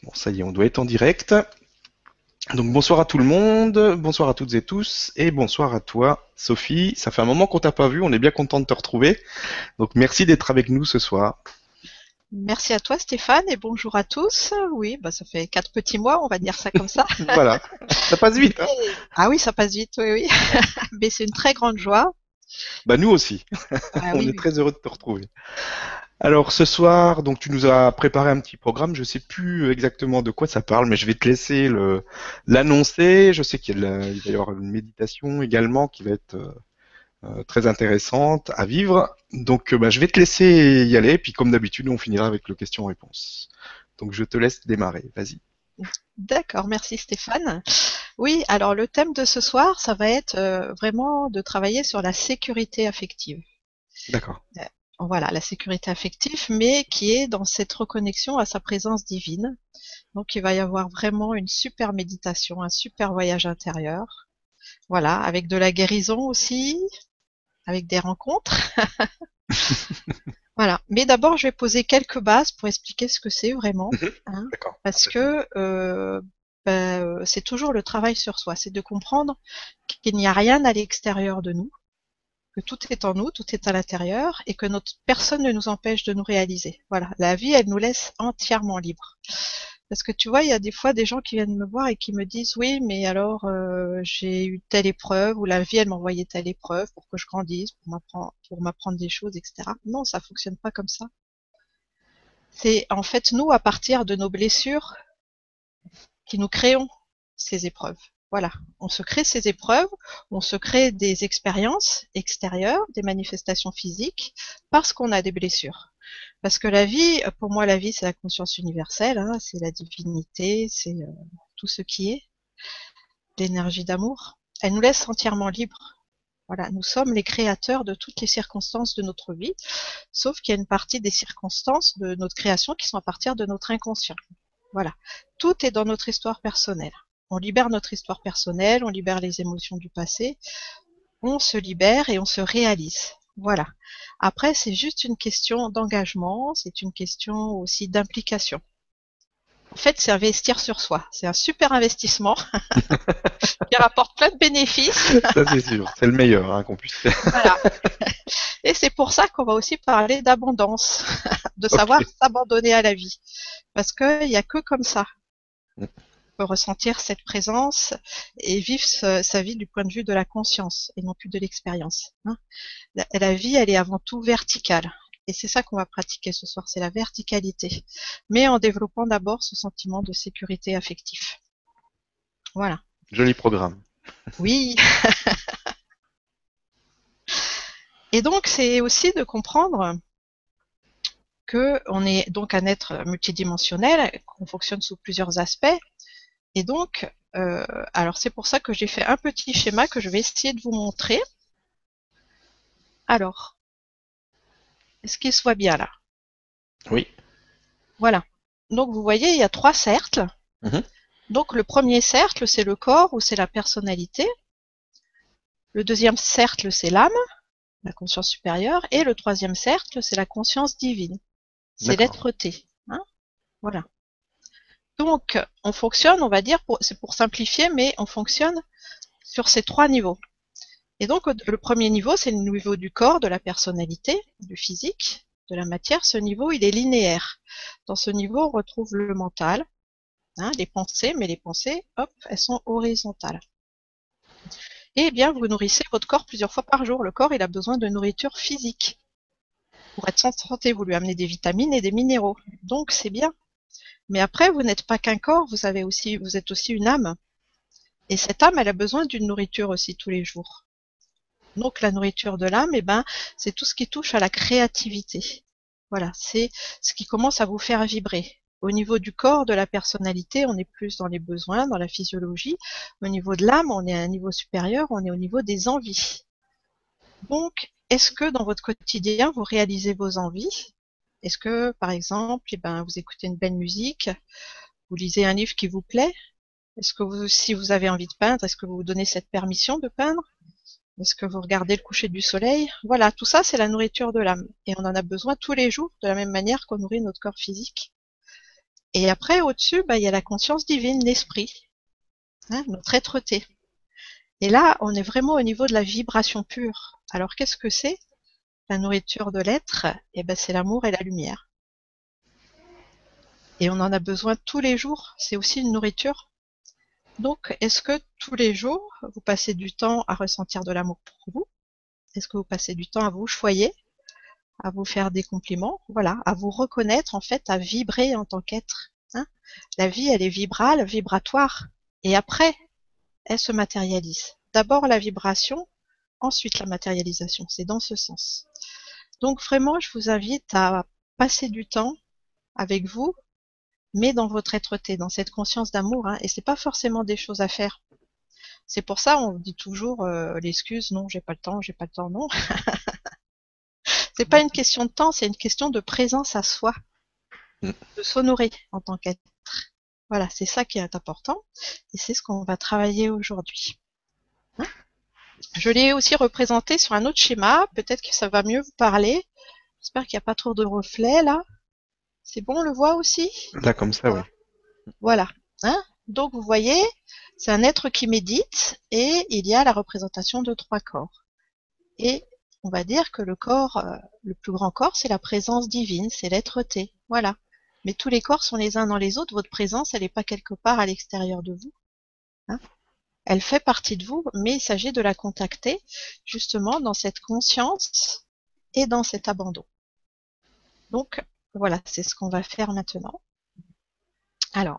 Bon, ça y est, on doit être en direct. Donc bonsoir à tout le monde, bonsoir à toutes et tous, et bonsoir à toi, Sophie. Ça fait un moment qu'on t'a pas vu, on est bien content de te retrouver. Donc merci d'être avec nous ce soir. Merci à toi Stéphane et bonjour à tous. Oui, bah ça fait 4 petits mois, on va dire ça comme ça. Voilà, ça passe vite, hein? Ah oui, ça passe vite, oui, oui. Mais c'est une très grande joie. Bah nous aussi, Ah on oui, est oui. très heureux de te retrouver. Alors ce soir, donc tu nous as préparé un petit programme, je sais plus exactement de quoi ça parle, mais je vais te laisser l'annoncer. Je sais il va y avoir une méditation également qui va être très intéressante à vivre. Donc bah, je vais te laisser y aller, puis comme d'habitude, on finira avec le question-réponse. Donc je te laisse démarrer, vas-y. D'accord, merci Stéphane. Oui, alors le thème de ce soir, ça va être vraiment de travailler sur la sécurité affective. D'accord. Euh, Voilà, la sécurité affective, mais qui est dans cette reconnexion à sa présence divine. Donc il va y avoir vraiment une super méditation, un super voyage intérieur. Voilà, avec de la guérison aussi, avec des rencontres. Voilà. Mais d'abord, je vais poser quelques bases pour expliquer ce que c'est vraiment, Mhm. hein, D'accord. parce que c'est toujours le travail sur soi, c'est de comprendre qu'il n'y a rien à l'extérieur de nous, que tout est en nous, tout est à l'intérieur, et que notre personne ne nous empêche de nous réaliser. Voilà, la vie, elle nous laisse entièrement libres. Parce que tu vois, il y a des fois des gens qui viennent me voir et qui me disent oui, mais alors j'ai eu telle épreuve ou la vie elle m'a envoyé telle épreuve pour que je grandisse, pour m'apprendre des choses, etc. Non, ça fonctionne pas comme ça. C'est en fait nous à partir de nos blessures qui nous créons ces épreuves. Voilà, on se crée ces épreuves, on se crée des expériences extérieures, des manifestations physiques, parce qu'on a des blessures. Parce que la vie, pour moi, la vie, c'est la conscience universelle, hein, c'est la divinité, c'est tout ce qui est, l'énergie d'amour. Elle nous laisse entièrement libres. Voilà, nous sommes les créateurs de toutes les circonstances de notre vie, sauf qu'il y a une partie des circonstances de notre création qui sont à partir de notre inconscient. Voilà, tout est dans notre histoire personnelle. On libère notre histoire personnelle, on libère les émotions du passé, on se libère et on se réalise. Voilà. Après, c'est juste une question d'engagement, c'est une question aussi d'implication. En fait, c'est investir sur soi. C'est un super investissement qui rapporte plein de bénéfices. Ça c'est sûr, c'est le meilleur hein, qu'on puisse faire. Voilà. Et c'est pour ça qu'on va aussi parler d'abondance, de Ok. savoir s'abandonner à la vie. Parce qu'il n'y a que comme ça qu'on peut ressentir cette présence et vivre sa vie du point de vue de la conscience et non plus de l'expérience. Hein. La vie, elle est avant tout verticale. Et c'est ça qu'on va pratiquer ce soir, c'est la verticalité. Mais en développant d'abord ce sentiment de sécurité affective. Voilà. Joli programme. Oui. Et donc, c'est aussi de comprendre que on est donc un être multidimensionnel, qu'on fonctionne sous plusieurs aspects. Et donc, alors c'est pour ça que j'ai fait un petit schéma que je vais essayer de vous montrer. Alors, est-ce qu'il se voit bien là? Oui. Voilà. Donc, vous voyez, il y a 3 cercles. Mhm. Donc, le premier cercle, c'est le corps ou c'est la personnalité. Le deuxième cercle, c'est l'âme, la conscience supérieure. Et le troisième cercle, c'est la conscience divine. C'est D'accord. l'être-té. Hein, voilà. Donc, on fonctionne, on va dire, c'est pour simplifier, mais on fonctionne sur ces 3 niveaux. Et donc, le premier niveau, c'est le niveau du corps, de la personnalité, du physique, de la matière. Ce niveau, il est linéaire. Dans ce niveau, on retrouve le mental, hein, les pensées, mais les pensées, hop, elles sont horizontales. Et bien, vous nourrissez votre corps plusieurs fois par jour. Le corps, il a besoin de nourriture physique. Pour être en santé, vous lui amenez des vitamines et des minéraux. Donc, c'est bien. Mais après, vous n'êtes pas qu'un corps, vous êtes aussi une âme. Et cette âme, elle a besoin d'une nourriture aussi tous les jours. Donc la nourriture de l'âme, eh ben, c'est tout ce qui touche à la créativité. Voilà, c'est ce qui commence à vous faire vibrer. Au niveau du corps, de la personnalité, on est plus dans les besoins, dans la physiologie. Au niveau de l'âme, on est à un niveau supérieur, on est au niveau des envies. Donc, est-ce que dans votre quotidien, vous réalisez vos envies? Est-ce que, par exemple, eh ben, vous écoutez une belle musique, vous lisez un livre qui vous plaît? Est-ce que vous, si vous avez envie de peindre, est-ce que vous vous donnez cette permission de peindre? Est-ce que vous regardez le coucher du soleil? Voilà, tout ça, c'est la nourriture de l'âme. Et on en a besoin tous les jours, de la même manière qu'on nourrit notre corps physique. Et après, au-dessus, il y a la conscience divine, l'esprit, hein, notre être-té. Et là, on est vraiment au niveau de la vibration pure. Alors, qu'est-ce que c'est? La nourriture de l'être, c'est l'amour et la lumière. Et on en a besoin tous les jours. C'est aussi une nourriture. Donc, est-ce que tous les jours, vous passez du temps à ressentir de l'amour pour vous? Est-ce que vous passez du temps à vous choyer, à vous faire des compliments, voilà, à vous reconnaître, en fait, à vibrer en tant qu'être, hein? La vie, elle est vibrale, vibratoire. Et après, elle se matérialise. D'abord la vibration, ensuite la matérialisation. C'est dans ce sens. Donc vraiment, je vous invite à passer du temps avec vous, mais dans votre être-té, dans cette conscience d'amour, hein. Et c'est pas forcément des choses à faire. C'est pour ça, on dit toujours l'excuse, non, j'ai pas le temps, non. C'est pas une question de temps, c'est une question de présence à soi, Mm. de s'honorer en tant qu'être. Voilà, c'est ça qui est important, et c'est ce qu'on va travailler aujourd'hui. Hein. Je l'ai aussi représenté sur un autre schéma, peut-être que ça va mieux vous parler. J'espère qu'il n'y a pas trop de reflets là. C'est bon, on le voit aussi? Là, comme ça, oui. Voilà. Hein. Donc vous voyez, c'est un être qui médite et il y a la représentation de 3 corps. Et on va dire que le corps, le plus grand corps, c'est la présence divine, c'est l'être-té. Voilà. Mais tous les corps sont les uns dans les autres. Votre présence, elle n'est pas quelque part à l'extérieur de vous. Hein. Elle fait partie de vous, mais il s'agit de la contacter justement dans cette conscience et dans cet abandon. Donc voilà, c'est ce qu'on va faire maintenant. Alors,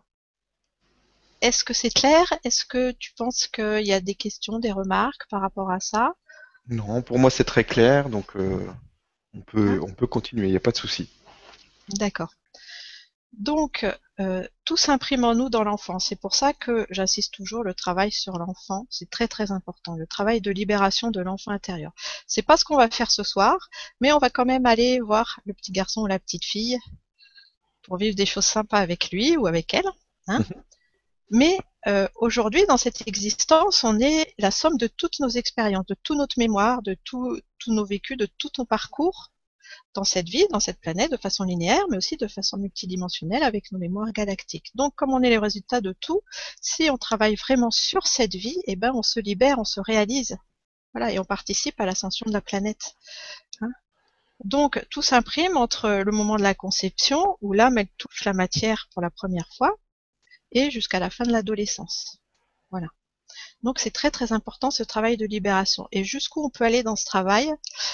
est-ce que c'est clair? Est-ce que tu penses qu'il y a des questions, des remarques par rapport à ça? Non, pour moi, c'est très clair, donc Hein. on peut continuer, il n'y a pas de souci. D'accord. Donc, tout s'imprime en nous dans l'enfance. C'est pour ça que j'insiste toujours, le travail sur l'enfant, c'est très très important. Le travail de libération de l'enfant intérieur. C'est pas ce qu'on va faire ce soir, mais on va quand même aller voir le petit garçon ou la petite fille pour vivre des choses sympas avec lui ou avec elle. Hein. Mais aujourd'hui, dans cette existence, on est la somme de toutes nos expériences, de toute notre mémoire, de tous nos vécus, de tout ton parcours dans cette vie, dans cette planète, de façon linéaire, mais aussi de façon multidimensionnelle avec nos mémoires galactiques. Donc, comme on est les résultats de tout, si on travaille vraiment sur cette vie, on se libère, on se réalise. Voilà, et on participe à l'ascension de la planète. Hein. Donc, tout s'imprime entre le moment de la conception, où l'âme, elle touche la matière pour la première fois, et jusqu'à la fin de l'adolescence. Voilà. Donc, c'est très très important ce travail de libération. Et jusqu'où on peut aller dans ce travail,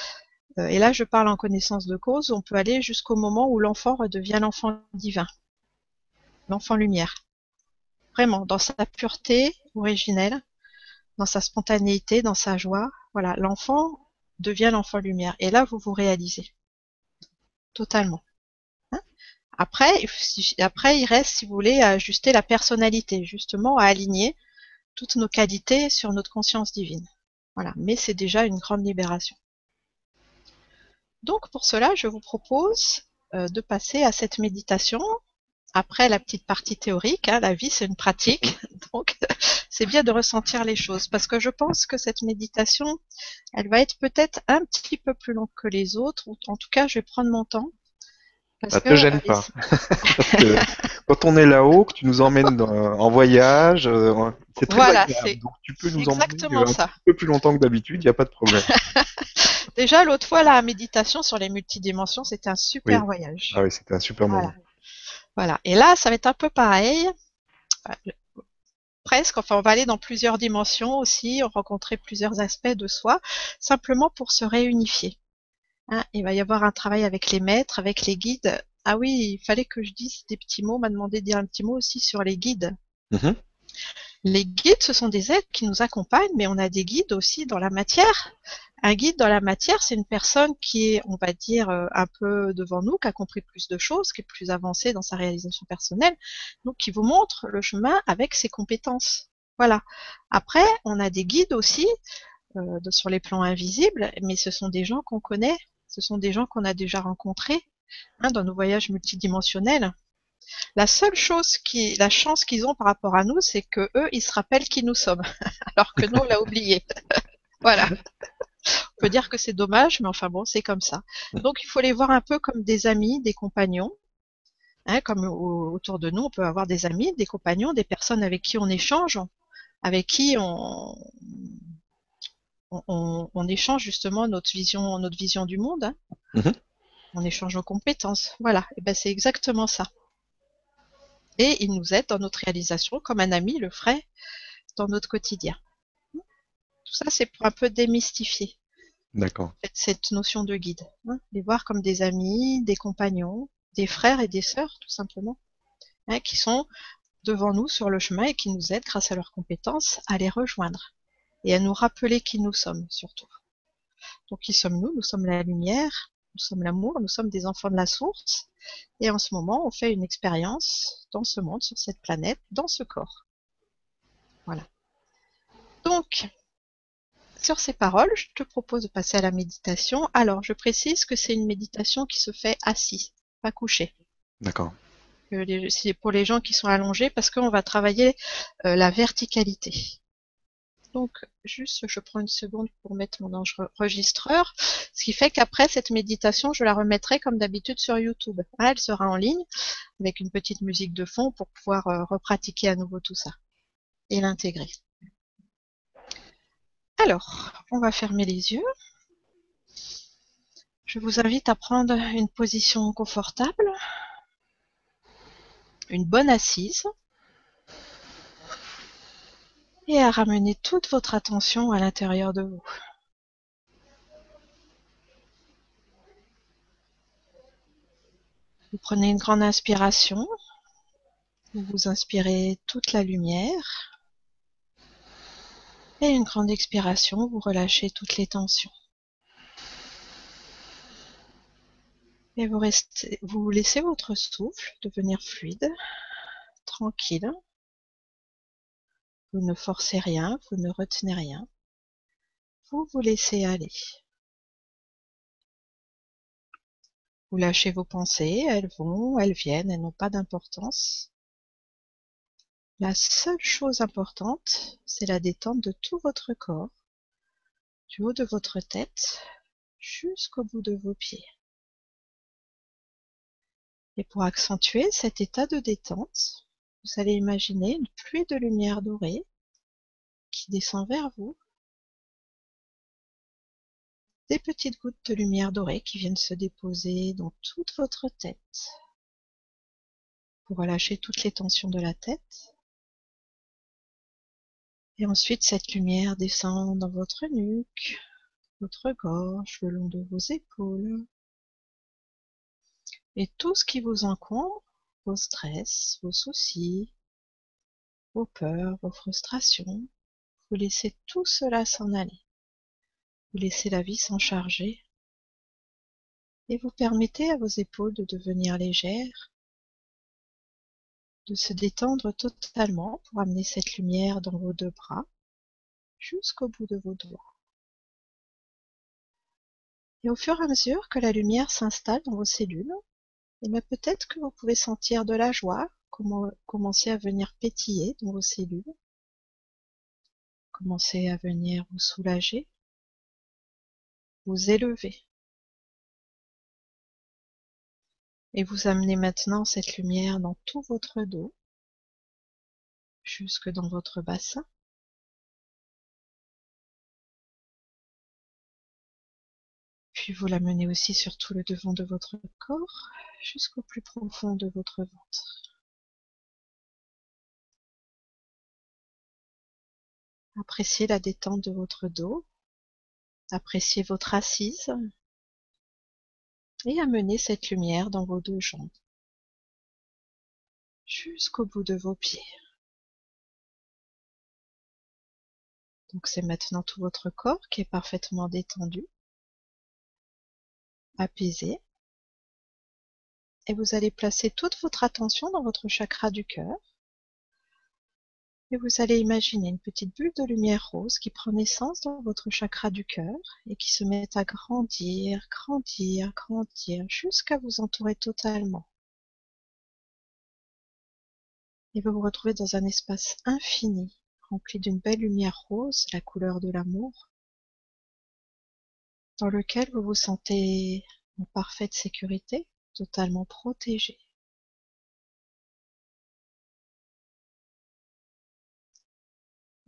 et là je parle en connaissance de cause, on peut aller jusqu'au moment où l'enfant redevient l'enfant divin, l'enfant lumière. Vraiment, dans sa pureté originelle, dans sa spontanéité, dans sa joie. Voilà, l'enfant devient l'enfant lumière. Et là, vous vous réalisez totalement. Hein. Après, il reste, si vous voulez, à ajuster la personnalité, justement, à aligner toutes nos qualités sur notre conscience divine. Voilà, mais c'est déjà une grande libération. Donc pour cela, je vous propose de passer à cette méditation. Après la petite partie théorique, hein, la vie c'est une pratique, donc c'est bien de ressentir les choses, parce que je pense que cette méditation, elle va être peut-être un petit peu plus longue que les autres, ou en tout cas je vais prendre mon temps, parce Ça que te gêne pas. Parce que quand on est là-haut, que tu nous emmènes en voyage, c'est très voilà, agréable. c'est Donc tu peux nous emmener exactement un ça. petit peu plus longtemps que d'habitude, il n'y a pas de problème. Déjà l'autre fois la méditation sur les multidimensions, c'était un super Oui. Ah voyage. oui, c'était un super Voilà, moment. voilà. Et là, ça va être un peu pareil. Presque, enfin on va aller dans plusieurs dimensions aussi, rencontrer plusieurs aspects de soi, simplement pour se réunifier. Hein. Il va y avoir un travail avec les maîtres, avec les guides. Ah oui, il fallait que je dise des petits mots, on m'a demandé de dire un petit mot aussi sur les guides. Mhm. Les guides, ce sont des êtres qui nous accompagnent, mais on a des guides aussi dans la matière. Un guide dans la matière, c'est une personne qui est, on va dire, un peu devant nous, qui a compris plus de choses, qui est plus avancée dans sa réalisation personnelle, donc qui vous montre le chemin avec ses compétences. Voilà. Après, on a des guides aussi sur les plans invisibles, mais ce sont des gens qu'on connaît, ce sont des gens qu'on a déjà rencontrés hein, dans nos voyages multidimensionnels. La seule chose la chance qu'ils ont par rapport à nous, c'est que eux, ils se rappellent qui nous sommes, alors que nous, on l'a oublié. Voilà. On peut dire que c'est dommage, mais enfin bon, c'est comme ça. Donc il faut les voir un peu comme des amis, des compagnons, Hein, comme autour de nous, on peut avoir des amis, des compagnons, des personnes avec qui on échange, avec qui on échange justement notre vision du monde. Hein. Mhm. On échange nos compétences. Voilà. Et ben c'est exactement ça. Et il nous aide dans notre réalisation, comme un ami le ferait dans notre quotidien. Tout ça, c'est pour un peu démystifier D'accord. cette notion de guide. Hein. Les voir comme des amis, des compagnons, des frères et des sœurs, tout simplement, hein, qui sont devant nous sur le chemin et qui nous aident, grâce à leurs compétences, à les rejoindre et à nous rappeler qui nous sommes, surtout. Donc, qui sommes-nous? Nous sommes la lumière, nous sommes l'amour, nous sommes des enfants de la source. Et en ce moment, on fait une expérience dans ce monde, sur cette planète, dans ce corps. Voilà. Donc, sur ces paroles, je te propose de passer à la méditation. Alors, je précise que c'est une méditation qui se fait assis, pas couché. D'accord. C'est pour les gens qui sont allongés parce qu'on va travailler la verticalité. Donc, juste, je prends une seconde pour mettre mon enregistreur, ce qui fait qu'après cette méditation, je la remettrai comme d'habitude sur YouTube. Elle sera en ligne avec une petite musique de fond pour pouvoir repratiquer à nouveau tout ça et l'intégrer. Alors, on va fermer les yeux. Je vous invite à prendre une position confortable, une bonne assise, et à ramener toute votre attention à l'intérieur de vous. Vous prenez une grande inspiration, vous inspirez toute la lumière, et une grande expiration, vous relâchez toutes les tensions. Et vous laissez votre souffle devenir fluide, tranquille. Vous ne forcez rien, vous ne retenez rien. Vous vous laissez aller. Vous lâchez vos pensées, elles vont, elles viennent, elles n'ont pas d'importance. La seule chose importante, c'est la détente de tout votre corps, du haut de votre tête jusqu'au bout de vos pieds. Et pour accentuer cet état de détente, vous allez imaginer une pluie de lumière dorée qui descend vers vous, des petites gouttes de lumière dorée qui viennent se déposer dans toute votre tête pour relâcher toutes les tensions de la tête. Et ensuite, cette lumière descend dans votre nuque, votre gorge, le long de vos épaules. Et tout ce qui vous encombre, vos stress, vos soucis, vos peurs, vos frustrations, vous laissez tout cela s'en aller. Vous laissez la vie s'en charger et vous permettez à vos épaules de devenir légères, de se détendre totalement pour amener cette lumière dans vos deux bras jusqu'au bout de vos doigts. Et au fur et à mesure que la lumière s'installe dans vos cellules, et bien peut-être que vous pouvez sentir de la joie commencer à venir pétiller dans vos cellules, commencer à venir vous soulager, vous élever. Et vous amenez maintenant cette lumière dans tout votre dos, jusque dans votre bassin. Puis vous l'amenez aussi sur tout le devant de votre corps, jusqu'au plus profond de votre ventre. Appréciez la détente de votre dos, appréciez votre assise et amenez cette lumière dans vos deux jambes, jusqu'au bout de vos pieds. Donc c'est maintenant tout votre corps qui est parfaitement détendu, apaisé. Et vous allez placer toute votre attention dans votre chakra du cœur. Et vous allez imaginer une petite bulle de lumière rose qui prend naissance dans votre chakra du cœur et qui se met à grandir, grandir, grandir, jusqu'à vous entourer totalement. Et vous vous retrouvez dans un espace infini, rempli d'une belle lumière rose, la couleur de l'amour, dans lequel vous vous sentez en parfaite sécurité, totalement protégé.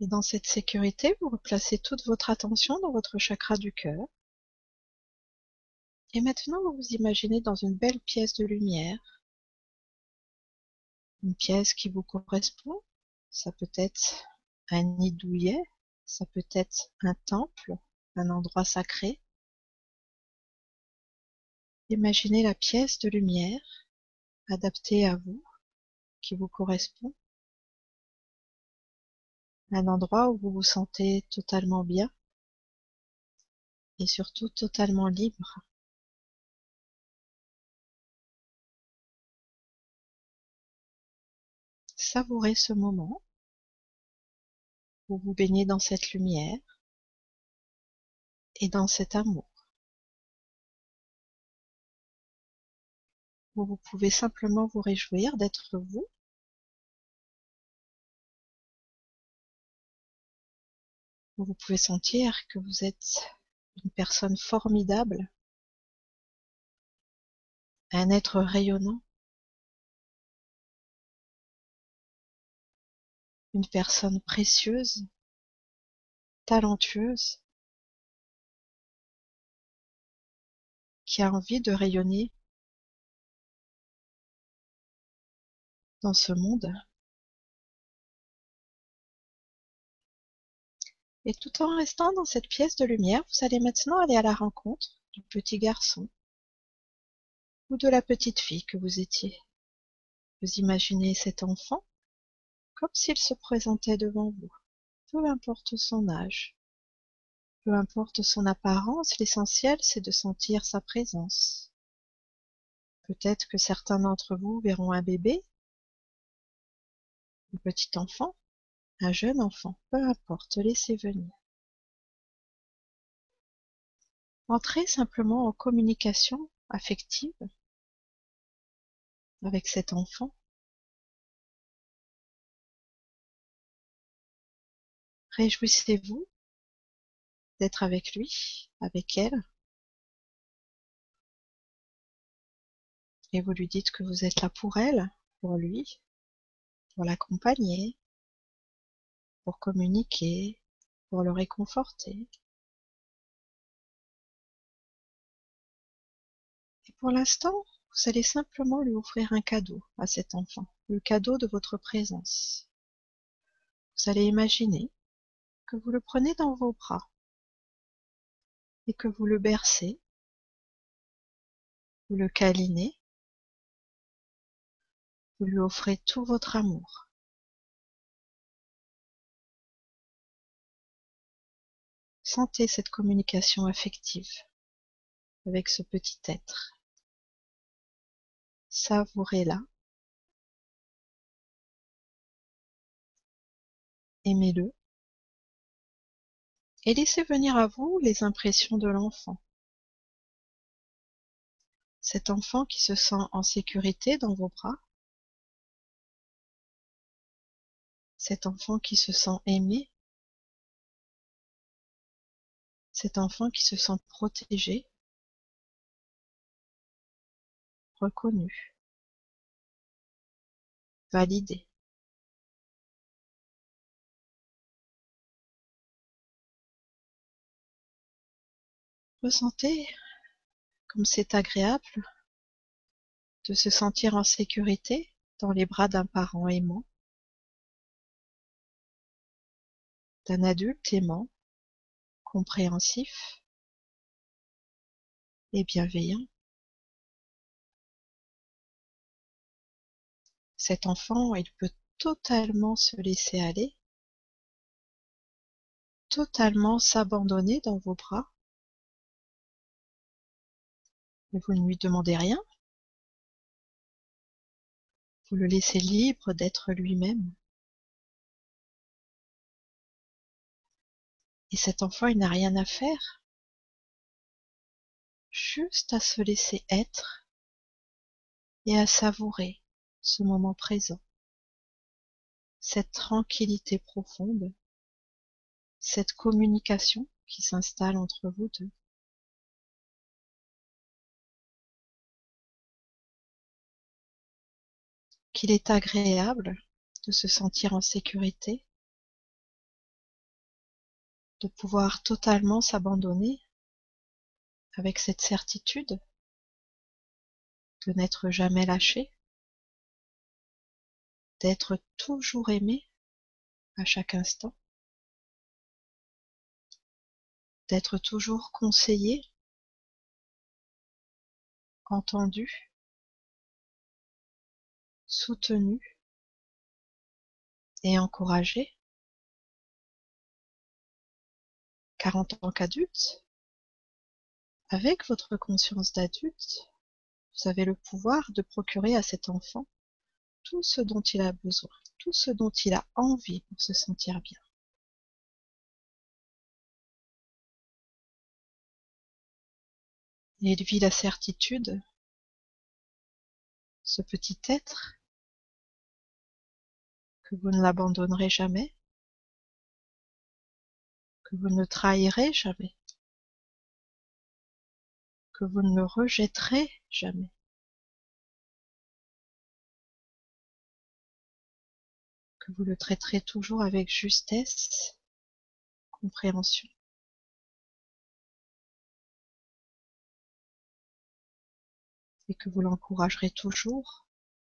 Et dans cette sécurité, vous replacez toute votre attention dans votre chakra du cœur. Et maintenant, vous vous imaginez dans une belle pièce de lumière, une pièce qui vous correspond. Ça peut être un nid douillet, ça peut être un temple, un endroit sacré. Imaginez la pièce de lumière adaptée à vous, qui vous correspond. Un endroit où vous vous sentez totalement bien et surtout totalement libre. Savourez ce moment où vous baignez dans cette lumière et dans cet amour. Où vous pouvez simplement vous réjouir d'être vous, où vous pouvez sentir que vous êtes une personne formidable, un être rayonnant, une personne précieuse, talentueuse, qui a envie de rayonner dans ce monde. Et tout en restant dans cette pièce de lumière, vous allez maintenant aller à la rencontre du petit garçon ou de la petite fille que vous étiez. Vous imaginez cet enfant comme s'il se présentait devant vous, peu importe son âge, peu importe son apparence, l'essentiel c'est de sentir sa présence. Peut-être que certains d'entre vous verront un bébé, un petit enfant, un jeune enfant, peu importe, laissez venir. Entrez simplement en communication affective avec cet enfant. Réjouissez-vous d'être avec lui, avec elle, et vous lui dites que vous êtes là pour elle, pour lui, pour l'accompagner, pour communiquer, pour le réconforter. Et pour l'instant, vous allez simplement lui offrir un cadeau à cet enfant, le cadeau de votre présence. Vous allez imaginer que vous le prenez dans vos bras et que vous le bercez, vous le câlinez, vous lui offrez tout votre amour. Sentez cette communication affective avec ce petit être. Savourez-la, aimez-le et laissez venir à vous les impressions de l'enfant. Cet enfant qui se sent en sécurité dans vos bras, cet enfant qui se sent aimé, cet enfant qui se sent protégé, reconnu, validé. Ressentez comme c'est agréable de se sentir en sécurité dans les bras d'un parent aimant, d'un adulte aimant, compréhensif et bienveillant. Cet enfant, il peut totalement se laisser aller, totalement s'abandonner dans vos bras, et vous ne lui demandez rien, vous le laissez libre d'être lui-même. Et cet enfant, il n'a rien à faire, juste à se laisser être et à savourer ce moment présent, cette tranquillité profonde, cette communication qui s'installe entre vous deux. Qu'il est agréable de se sentir en sécurité, de pouvoir totalement s'abandonner avec cette certitude de n'être jamais lâché, d'être toujours aimé à chaque instant, d'être toujours conseillé, entendu, soutenu et encouragé, car en tant qu'adulte, avec votre conscience d'adulte, vous avez le pouvoir de procurer à cet enfant tout ce dont il a besoin, tout ce dont il a envie pour se sentir bien. Et il vit la certitude, ce petit être, que vous ne l'abandonnerez jamais, que vous ne le trahirez jamais, que vous ne le rejetterez jamais, que vous le traiterez toujours avec justesse, compréhension, et que vous l'encouragerez toujours.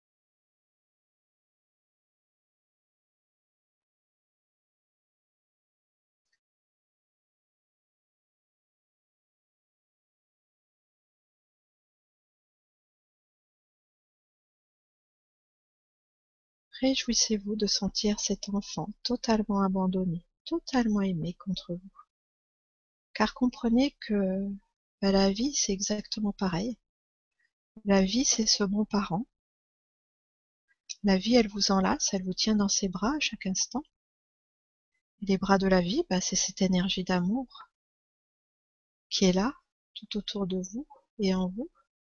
Réjouissez-vous de sentir cet enfant totalement abandonné, totalement aimé contre vous. Car comprenez que la vie, c'est exactement pareil. La vie, c'est ce bon parent. La vie, elle vous enlace, elle vous tient dans ses bras à chaque instant. Et les bras de la vie, c'est cette énergie d'amour qui est là, tout autour de vous et en vous.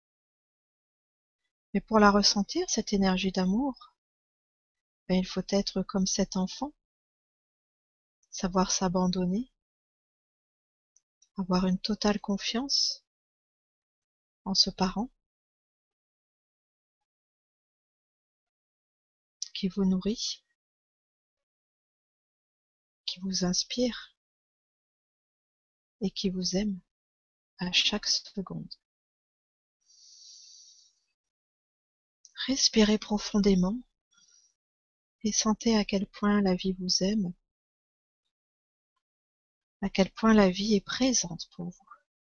Mais pour la ressentir, cette énergie d'amour, il faut être comme cet enfant, savoir s'abandonner, avoir une totale confiance en ce parent qui vous nourrit, qui vous inspire et qui vous aime à chaque seconde. Respirez profondément et sentez à quel point la vie vous aime, à quel point la vie est présente pour vous.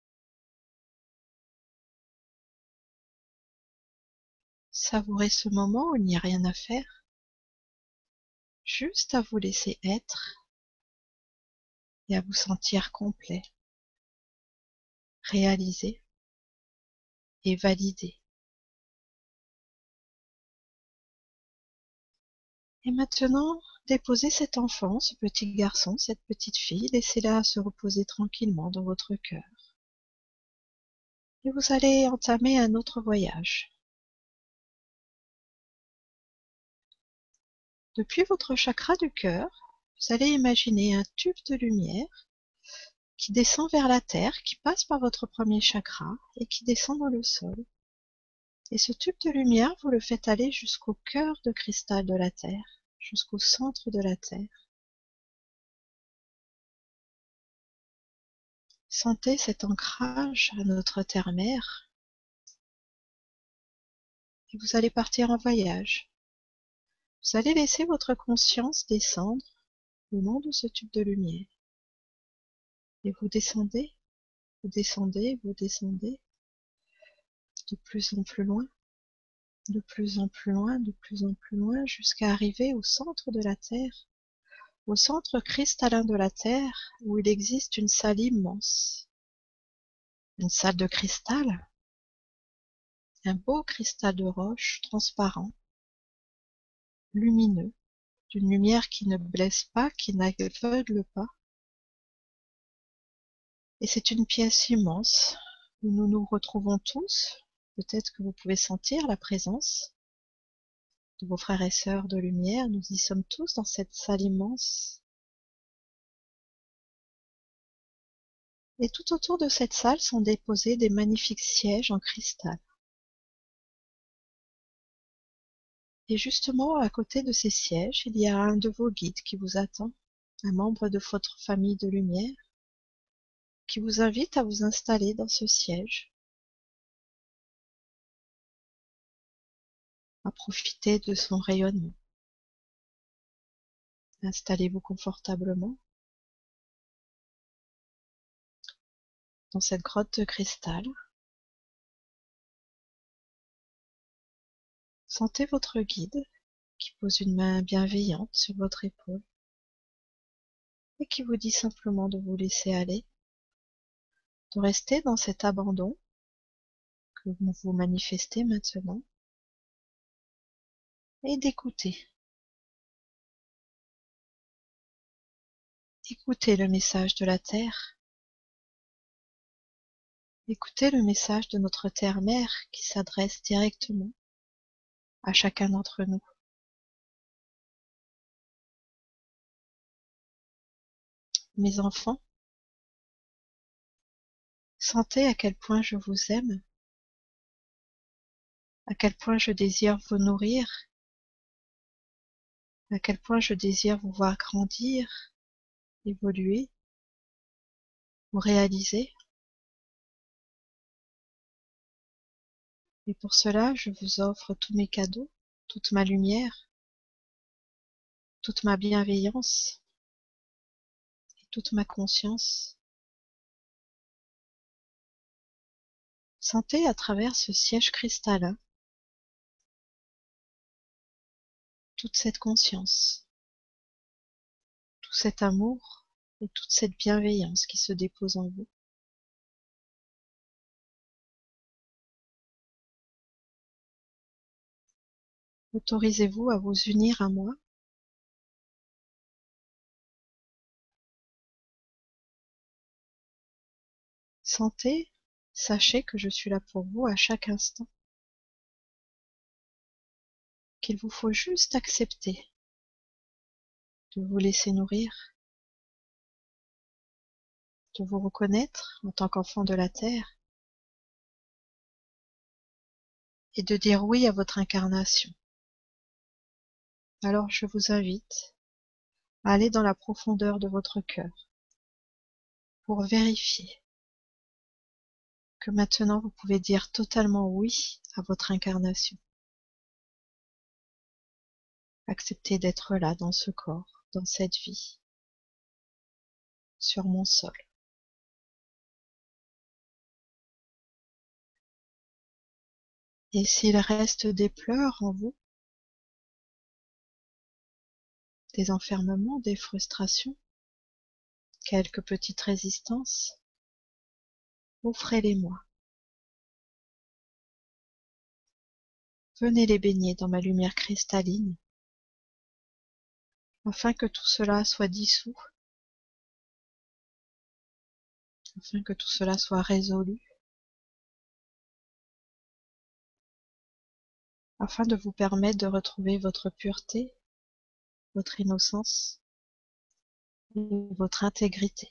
Savourez ce moment où il n'y a rien à faire, juste à vous laisser être et à vous sentir complet, réalisé et validé. Et maintenant, déposez cet enfant, ce petit garçon, cette petite fille, laissez-la se reposer tranquillement dans votre cœur. Et vous allez entamer un autre voyage. Depuis votre chakra du cœur, vous allez imaginer un tube de lumière qui descend vers la terre, qui passe par votre premier chakra et qui descend dans le sol. Et ce tube de lumière, vous le faites aller jusqu'au cœur de cristal de la Terre, jusqu'au centre de la Terre. Sentez cet ancrage à notre terre-mère et vous allez partir en voyage. Vous allez laisser votre conscience descendre le long de ce tube de lumière. Et vous descendez, vous descendez, vous descendez de plus en plus loin, de plus en plus loin, de plus en plus loin, jusqu'à arriver au centre de la Terre, au centre cristallin de la Terre, où il existe une salle immense. Une salle de cristal, un beau cristal de roche transparent, lumineux, d'une lumière qui ne blesse pas, qui n'aveugle pas. Et c'est une pièce immense où nous nous retrouvons tous. Peut-être que vous pouvez sentir la présence de vos frères et sœurs de lumière. Nous y sommes tous dans cette salle immense. Et tout autour de cette salle sont déposés des magnifiques sièges en cristal. Et justement, à côté de ces sièges, il y a un de vos guides qui vous attend. un membre de votre famille de lumière qui vous invite à vous installer dans ce siège, à profiter de son rayonnement. Installez-vous confortablement dans cette grotte de cristal. Sentez votre guide qui pose une main bienveillante sur votre épaule et qui vous dit simplement de vous laisser aller, de rester dans cet abandon que vous manifestez maintenant et d'écouter. Écoutez le message de la Terre. Écoutez le message de notre Terre-Mère qui s'adresse directement à chacun d'entre nous. Mes enfants, sentez à quel point je vous aime, à quel point je désire vous nourrir, à quel point je désire vous voir grandir, évoluer, vous réaliser. Et pour cela, je vous offre tous mes cadeaux, toute ma lumière, toute ma bienveillance et toute ma conscience. Sentez à travers ce siège cristallin toute cette conscience, tout cet amour et toute cette bienveillance qui se dépose en vous. Autorisez-vous à vous unir à moi. Sentez, sachez que je suis là pour vous à chaque instant, qu'il vous faut juste accepter de vous laisser nourrir, de vous reconnaître en tant qu'enfant de la Terre et de dire oui à votre incarnation. Alors je vous invite à aller dans la profondeur de votre cœur pour vérifier que maintenant vous pouvez dire totalement oui à votre incarnation. Acceptez d'être là dans ce corps, dans cette vie, sur mon sol. Et s'il reste des pleurs en vous, des enfermements, des frustrations, quelques petites résistances, offrez-les-moi. Venez les baigner dans ma lumière cristalline, afin que tout cela soit dissous, afin que tout cela soit résolu, afin de vous permettre de retrouver votre pureté, votre innocence et votre intégrité.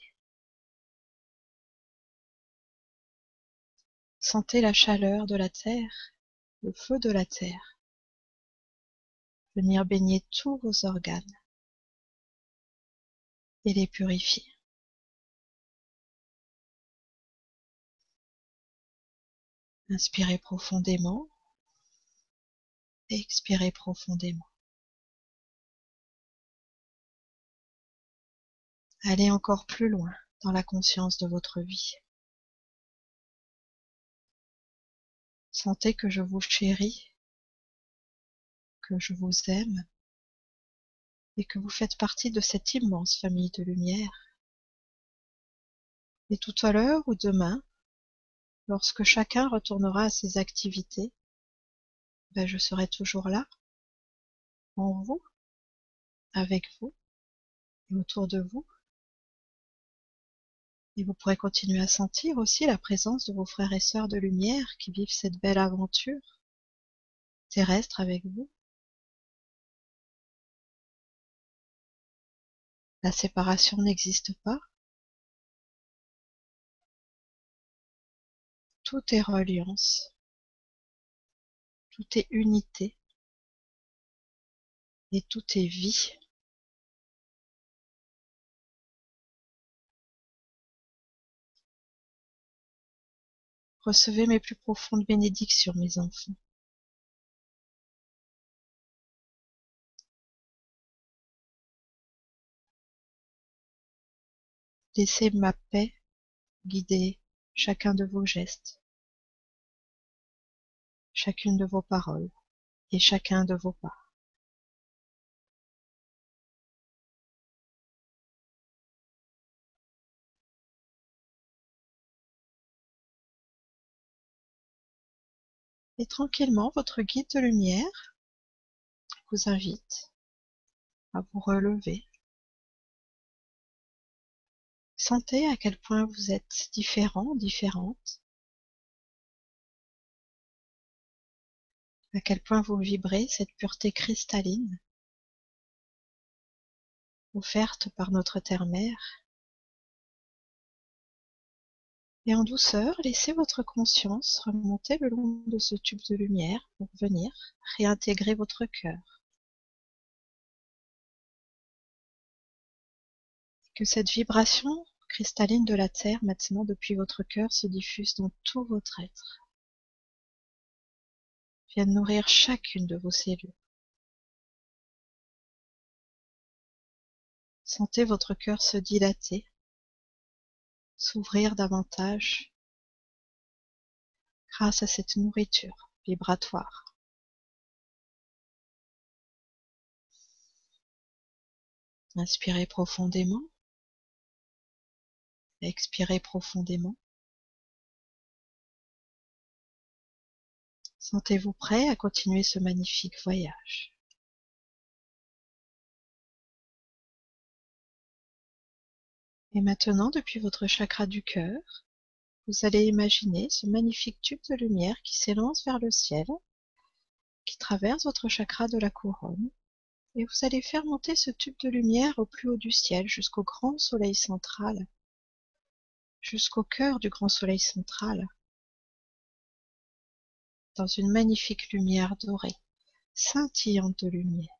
Sentez la chaleur de la terre, le feu de la terre, venir baigner tous vos organes et les purifier. Inspirez profondément, expirez profondément. Allez encore plus loin dans la conscience de votre vie. Sentez que je vous chéris, que je vous aime et que vous faites partie de cette immense famille de lumière. Et tout à l'heure ou demain, lorsque chacun retournera à ses activités, je serai toujours là, en vous, avec vous et autour de vous. Et vous pourrez continuer à sentir aussi la présence de vos frères et sœurs de lumière qui vivent cette belle aventure terrestre avec vous. La séparation n'existe pas. Tout est reliance. Tout est unité. Et tout est vie. Recevez mes plus profondes bénédictions, mes enfants. Laissez ma paix guider chacun de vos gestes, chacune de vos paroles et chacun de vos pas. Et tranquillement, votre guide de lumière vous invite à vous relever. Sentez à quel point vous êtes différent, différente, à quel point vous vibrez cette pureté cristalline offerte par notre terre-mère. Et en douceur, laissez votre conscience remonter le long de ce tube de lumière pour venir réintégrer votre cœur. Que cette vibration cristalline de la Terre, maintenant depuis votre cœur, se diffuse dans tout votre être. Vienne nourrir chacune de vos cellules. Sentez votre cœur se dilater, s'ouvrir davantage grâce à cette nourriture vibratoire. Inspirez profondément, expirez profondément. Sentez-vous prêt à continuer ce magnifique voyage. Et maintenant, depuis votre chakra du cœur, vous allez imaginer ce magnifique tube de lumière qui s'élance vers le ciel, qui traverse votre chakra de la couronne, et vous allez faire monter ce tube de lumière au plus haut du ciel jusqu'au grand soleil central, jusqu'au cœur du grand soleil central, dans une magnifique lumière dorée, scintillante de lumière.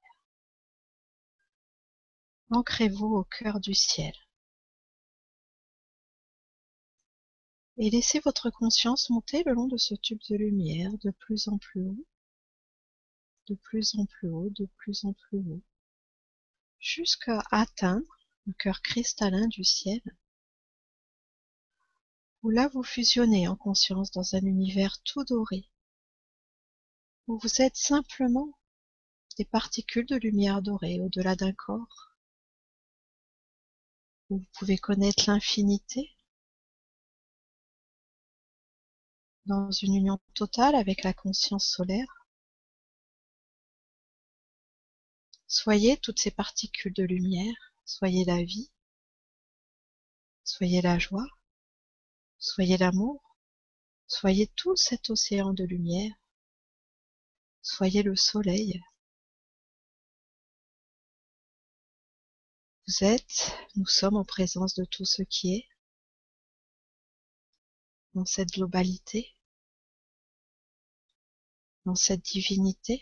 Ancrez-vous au cœur du ciel. Et laissez votre conscience monter le long de ce tube de lumière de plus en plus haut, de plus en plus haut, de plus en plus haut, jusqu'à atteindre le cœur cristallin du ciel, où là vous fusionnez en conscience dans un univers tout doré, où vous êtes simplement des particules de lumière dorée au-delà d'un corps, où vous pouvez connaître l'infinité, dans une union totale avec la conscience solaire. Soyez toutes ces particules de lumière, soyez la vie, soyez la joie, soyez l'amour, soyez tout cet océan de lumière, soyez le soleil. Vous êtes, nous sommes en présence de tout ce qui est, dans cette globalité, dans cette divinité.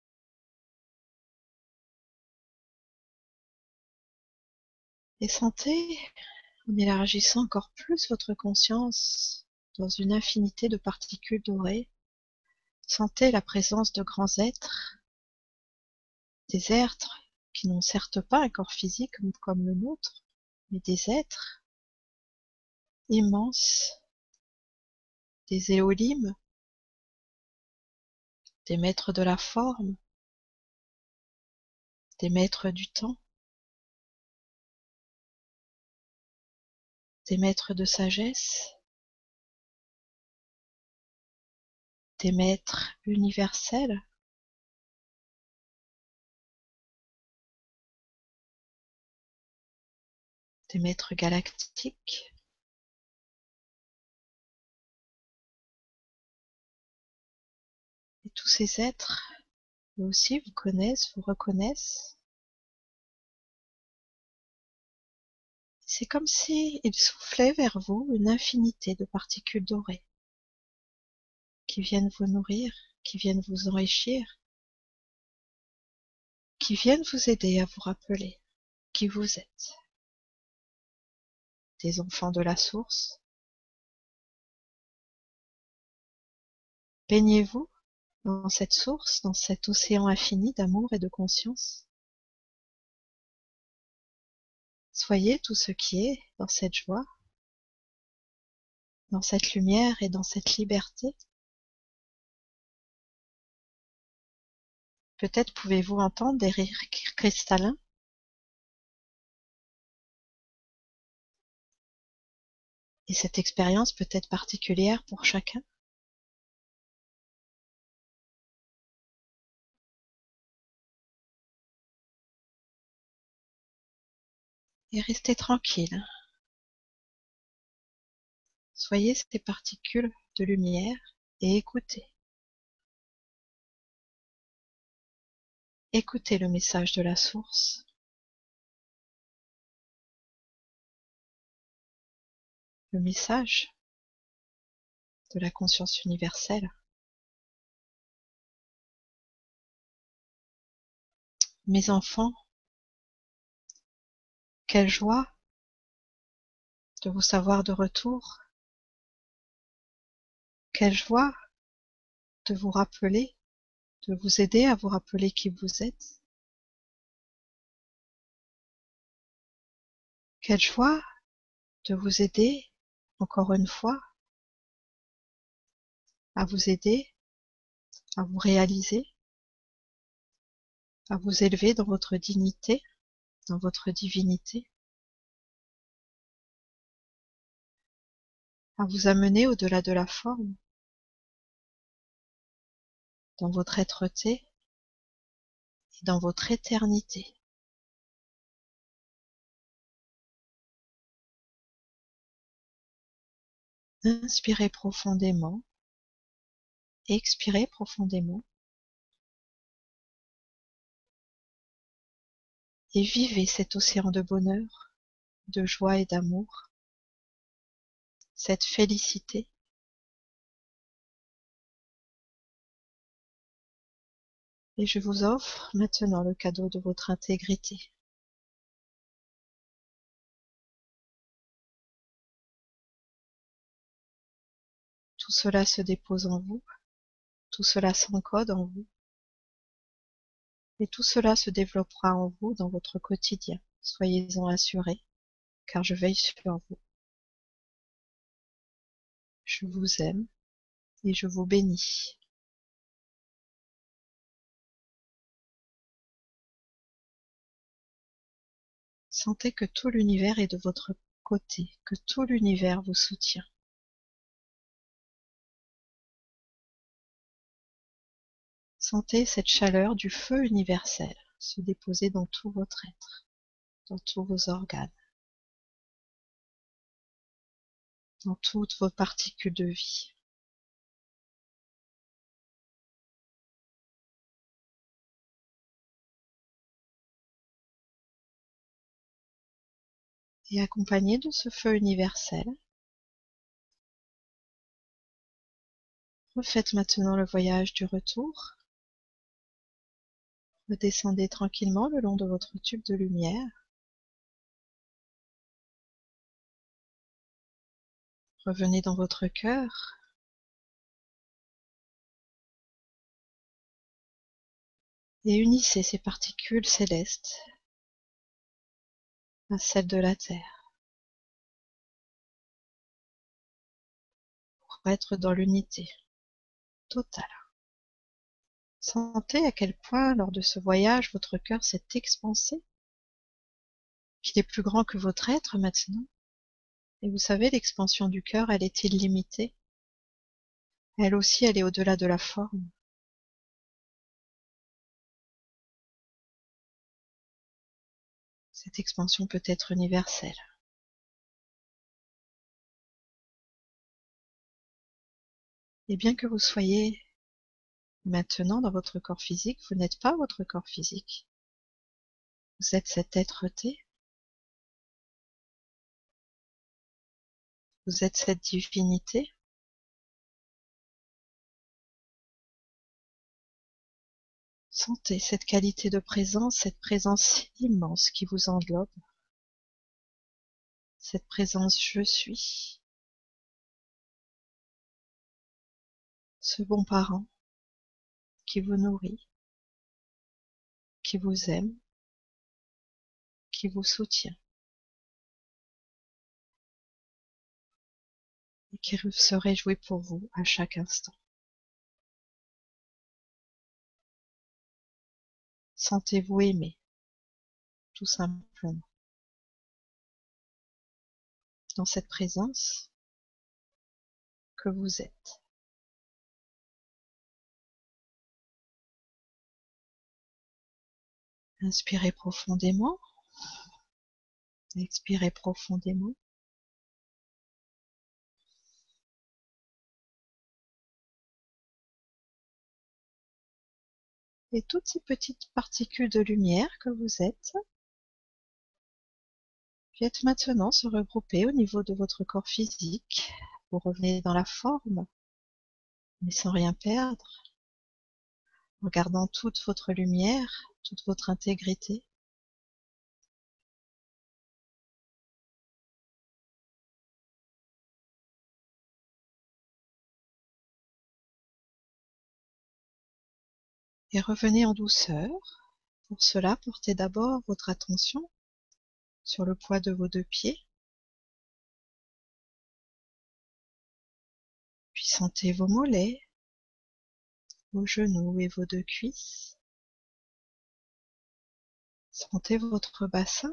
Et sentez, en élargissant encore plus votre conscience dans une infinité de particules dorées, sentez la présence de grands êtres, des êtres qui n'ont certes pas un corps physique comme le nôtre, mais des êtres immenses, des éolimes, des maîtres de la forme, des maîtres du temps, des maîtres de sagesse, des maîtres universels, des maîtres galactiques. Et tous ces êtres, eux aussi, vous connaissent, vous reconnaissent. C'est comme si ils soufflaient vers vous une infinité de particules dorées qui viennent vous nourrir, qui viennent vous enrichir, qui viennent vous aider à vous rappeler qui vous êtes. Des enfants de la source, Baignez-vous dans cette source, dans cet océan infini d'amour et de conscience. Soyez tout ce qui est dans cette joie, dans cette lumière et dans cette liberté. Peut-être pouvez-vous entendre des rires cristallins. Et cette expérience peut être particulière pour chacun. Et restez tranquille. Soyez ces particules de lumière et écoutez. Écoutez le message de la source. Le message de la conscience universelle. Mes enfants, quelle joie de vous savoir de retour. Quelle joie de vous rappeler, de vous aider à vous rappeler qui vous êtes. Quelle joie de vous aider, encore une fois, à vous aider, à vous réaliser, à vous élever dans votre dignité, dans votre divinité, à vous amener au-delà de la forme, dans votre êtreté et dans votre éternité. Inspirez profondément, expirez profondément et vivez cet océan de bonheur, de joie et d'amour, cette félicité. Et je vous offre maintenant le cadeau de votre intégrité. Tout cela se dépose en vous, tout cela s'encode en vous, et tout cela se développera en vous dans votre quotidien. Soyez-en assurés, car je veille sur vous. Je vous aime et je vous bénis. Sentez que tout l'univers est de votre côté, que tout l'univers vous soutient. Sentez cette chaleur du feu universel se déposer dans tout votre être, dans tous vos organes, dans toutes vos particules de vie. Et accompagné de ce feu universel, refaites maintenant le voyage du retour. Redescendez tranquillement le long de votre tube de lumière. Revenez dans votre cœur. Et unissez ces particules célestes à celles de la Terre pour être dans l'unité totale. Sentez à quel point, lors de ce voyage, votre cœur s'est expansé, qu'il est plus grand que votre être maintenant. Et vous savez, l'expansion du cœur, elle est illimitée. Elle aussi, elle est au-delà de la forme. Cette expansion peut être universelle. Et bien que vous soyez maintenant dans votre corps physique, vous n'êtes pas votre corps physique. Vous êtes cette êtreté. Vous êtes cette divinité. Sentez cette qualité de présence, cette présence immense qui vous englobe. Cette présence je suis. ce bon parent qui vous nourrit, qui vous aime, qui vous soutient et qui se réjouit pour vous à chaque instant. Sentez-vous aimé, tout simplement, dans cette présence que vous êtes. Inspirez profondément, expirez profondément. Et toutes ces petites particules de lumière que vous êtes viennent maintenant se regrouper au niveau de votre corps physique. Vous revenez dans la forme, mais sans rien perdre, en gardant toute votre lumière, toute votre intégrité. Et revenez en douceur. Pour cela, portez d'abord votre attention sur le poids de vos 2 pieds. Puis sentez vos mollets, vos genoux et vos 2 cuisses. Sentez votre bassin.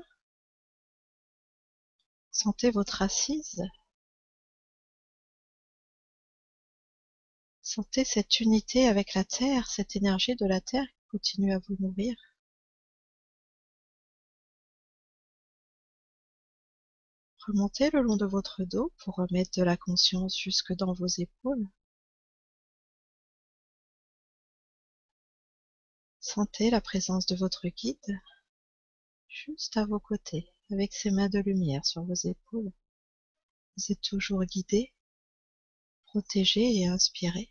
Sentez votre assise. Sentez cette unité avec la terre, cette énergie de la terre qui continue à vous nourrir. Remontez le long de votre dos pour remettre de la conscience jusque dans vos épaules. Sentez la présence de votre guide juste à vos côtés, avec ses mains de lumière sur vos épaules. Vous êtes toujours guidé, protégé et inspiré.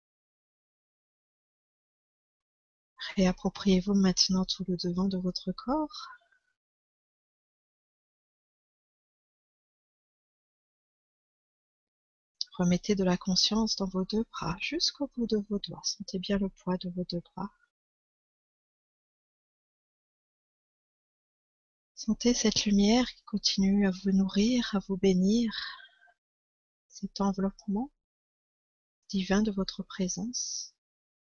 Réappropriez-vous maintenant tout le devant de votre corps. Remettez de la conscience dans vos 2 bras, jusqu'au bout de vos doigts. Sentez bien le poids de vos 2 bras. Sentez cette lumière qui continue à vous nourrir, à vous bénir. Cet enveloppement divin de votre présence.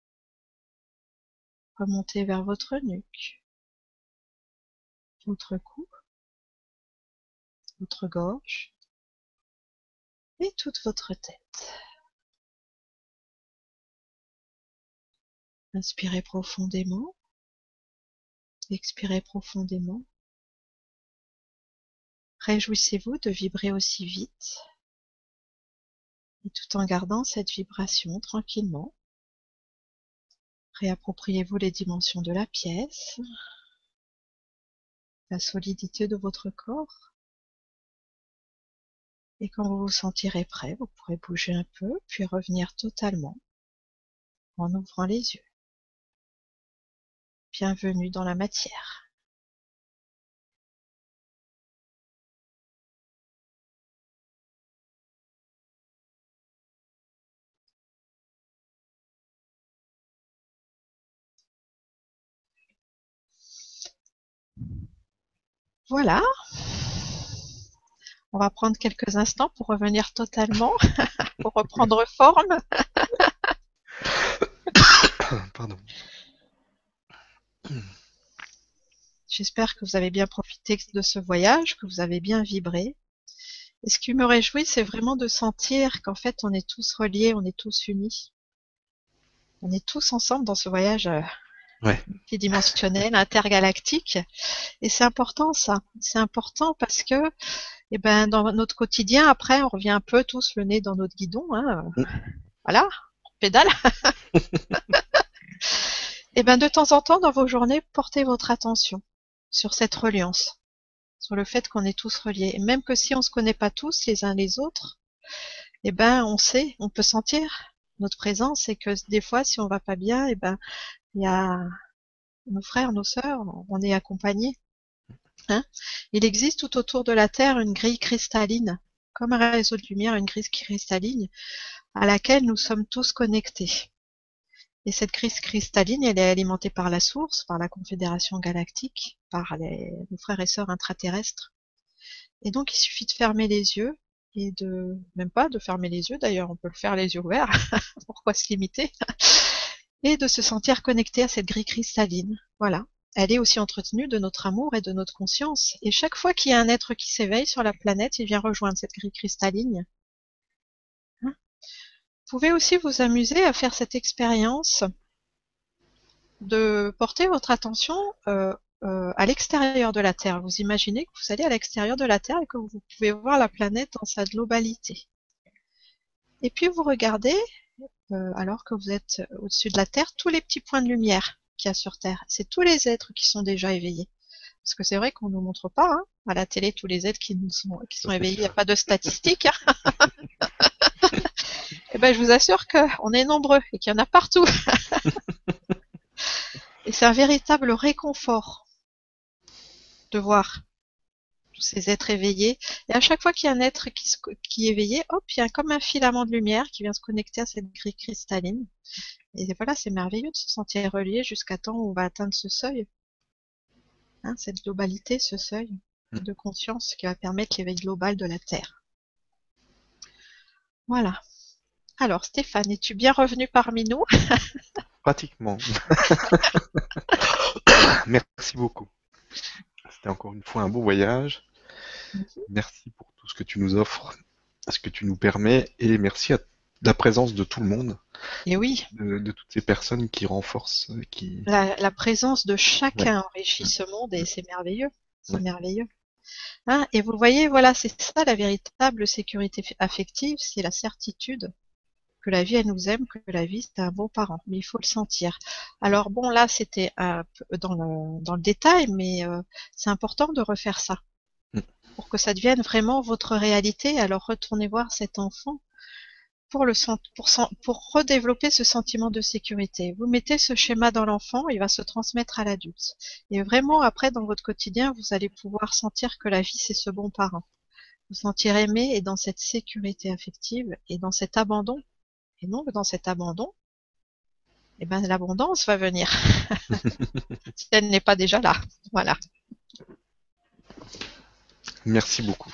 Remontez vers votre nuque, votre cou, votre gorge et toute votre tête. Inspirez profondément, expirez profondément. Réjouissez-vous de vibrer aussi vite et tout en gardant cette vibration tranquillement. Réappropriez-vous les dimensions de la pièce, la solidité de votre corps. Et quand vous vous sentirez prêt, vous pourrez bouger un peu, puis revenir totalement en ouvrant les yeux. Bienvenue dans la matière. Voilà. On va prendre quelques instants pour revenir totalement, pour reprendre forme. Pardon. J'espère que vous avez bien profité de ce voyage, que vous avez bien vibré. Et ce qui me réjouit, c'est vraiment de sentir qu'en fait, on est tous reliés, on est tous unis. On est tous ensemble dans ce voyage Ouais. multidimensionnel, intergalactique. Et c'est important, ça. C'est important parce que, eh ben, dans notre quotidien, après, on revient un peu tous le nez dans notre guidon, hein. Voilà, on pédale. Et ben, de temps en temps, dans vos journées, portez votre attention sur cette reliance, sur le fait qu'on est tous reliés. Et même que si on se connaît pas tous les uns les autres, eh ben, on sait, on peut sentir notre présence et que des fois, si on va pas bien, eh ben, il y a nos frères, nos sœurs, on est accompagnés. Hein. Il existe tout autour de la Terre une grille cristalline, comme un réseau de lumière, une grille cristalline, à laquelle nous sommes tous connectés. Et cette crise cristalline, elle est alimentée par la source, par la Confédération galactique, par nos frères et sœurs intraterrestres. Et donc, il suffit de fermer les yeux et même pas de fermer les yeux, d'ailleurs, on peut le faire les yeux ouverts, pourquoi se limiter, et de se sentir connecté à cette grille cristalline. Voilà. Elle est aussi entretenue de notre amour et de notre conscience. Et chaque fois qu'il y a un être qui s'éveille sur la planète, il vient rejoindre cette grille cristalline. Vous pouvez aussi vous amuser à faire cette expérience de porter votre attention à l'extérieur de la Terre. Vous imaginez que vous allez à l'extérieur de la Terre et que vous pouvez voir la planète dans sa globalité. Et puis vous regardez, alors que vous êtes au-dessus de la Terre, tous les petits points de lumière qu'il y a sur Terre. C'est tous les êtres qui sont déjà éveillés. Parce que c'est vrai qu'on ne nous montre pas à la télé tous les êtres qui sont éveillés. Il n'y a pas de statistiques. Et ben, je vous assure qu'on est nombreux et qu'il y en a partout. Et c'est un véritable réconfort de voir tous ces êtres éveillés. Et à chaque fois qu'il y a un être qui est éveillé, hop, il y a comme un filament de lumière qui vient se connecter à cette grille cristalline. Et voilà, c'est merveilleux de se sentir relié jusqu'à temps où on va atteindre ce seuil. Cette globalité, ce seuil de conscience qui va permettre l'éveil global de la Terre. Voilà. Alors, Stéphane, es-tu bien revenu parmi nous? Pratiquement. Merci beaucoup. C'était encore une fois un beau voyage. Merci pour tout ce que tu nous offres, ce que tu nous permets, et merci à la présence de tout le monde. Et oui. De toutes ces personnes qui renforcent, La présence de chacun enrichit ce monde et c'est merveilleux. C'est merveilleux. Et vous voyez, voilà, c'est ça la véritable sécurité affective, c'est la certitude que la vie, elle nous aime, que la vie, c'est un bon parent. Mais il faut le sentir. Alors bon, là, c'était un peu dans le détail, mais c'est important de refaire ça pour que ça devienne vraiment votre réalité. Alors retournez voir cet enfant pour redévelopper ce sentiment de sécurité. Vous mettez ce schéma dans l'enfant, il va se transmettre à l'adulte. Et vraiment, après, dans votre quotidien, vous allez pouvoir sentir que la vie, c'est ce bon parent. Vous sentir aimé et dans cette sécurité affective et dans cet abandon. Et donc, dans cet abandon, eh ben, l'abondance va venir. Si elle n'est pas déjà là. Voilà. Merci beaucoup.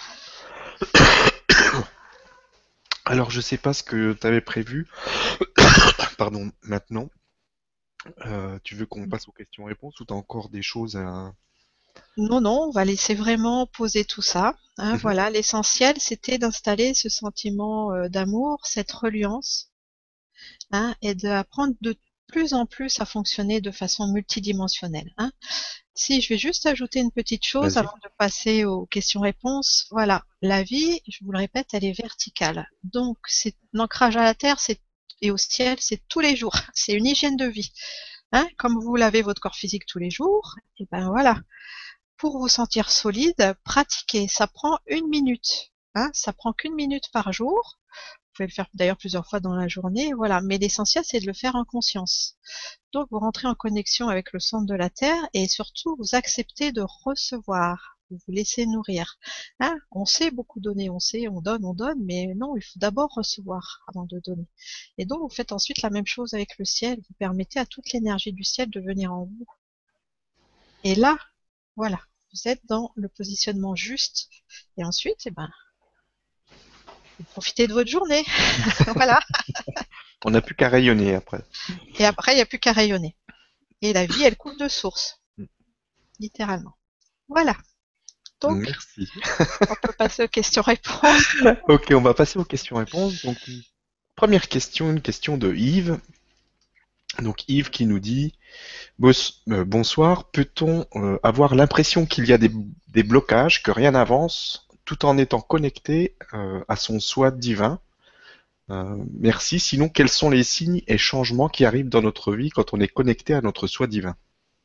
Alors, je sais pas ce que tu avais prévu. Pardon, maintenant. Tu veux qu'on passe aux questions-réponses ou tu as encore des choses à... Non, on va laisser vraiment poser tout ça. Voilà, l'essentiel, c'était d'installer ce sentiment d'amour, cette reliance, et d'apprendre de plus en plus à fonctionner de façon multidimensionnelle. Si je vais juste ajouter une petite chose avant de passer aux questions-réponses. Voilà, la vie, je vous le répète, elle est verticale. Donc, c'est l'ancrage à la terre, et au ciel, c'est tous les jours. C'est une hygiène de vie. Comme vous lavez votre corps physique tous les jours, et ben voilà. Pour vous sentir solide, pratiquez. Ça prend 1 minute. Ça prend qu'1 minute par jour. Vous pouvez le faire d'ailleurs plusieurs fois dans la journée, voilà. Mais l'essentiel, c'est de le faire en conscience. Donc, vous rentrez en connexion avec le centre de la Terre et surtout, vous acceptez de recevoir. Vous vous laissez nourrir. On sait beaucoup donner, on donne, mais non, il faut d'abord recevoir avant de donner. Et donc, vous faites ensuite la même chose avec le ciel. Vous permettez à toute l'énergie du ciel de venir en vous. Et là, voilà, vous êtes dans le positionnement juste. Et ensuite, vous profitez de votre journée. Voilà. On n'a plus qu'à rayonner après. Et après, il n'y a plus qu'à rayonner. Et la vie, elle coule de source. Littéralement. Voilà. Donc, merci. On peut passer aux questions-réponses. Ok, on va passer aux questions-réponses. Donc, première question, une question de Yves. Donc Yves qui nous dit bonsoir, peut-on avoir l'impression qu'il y a des blocages, que rien n'avance, tout en étant connecté à son soi divin? Merci. Sinon, quels sont les signes et changements qui arrivent dans notre vie quand on est connecté à notre soi divin?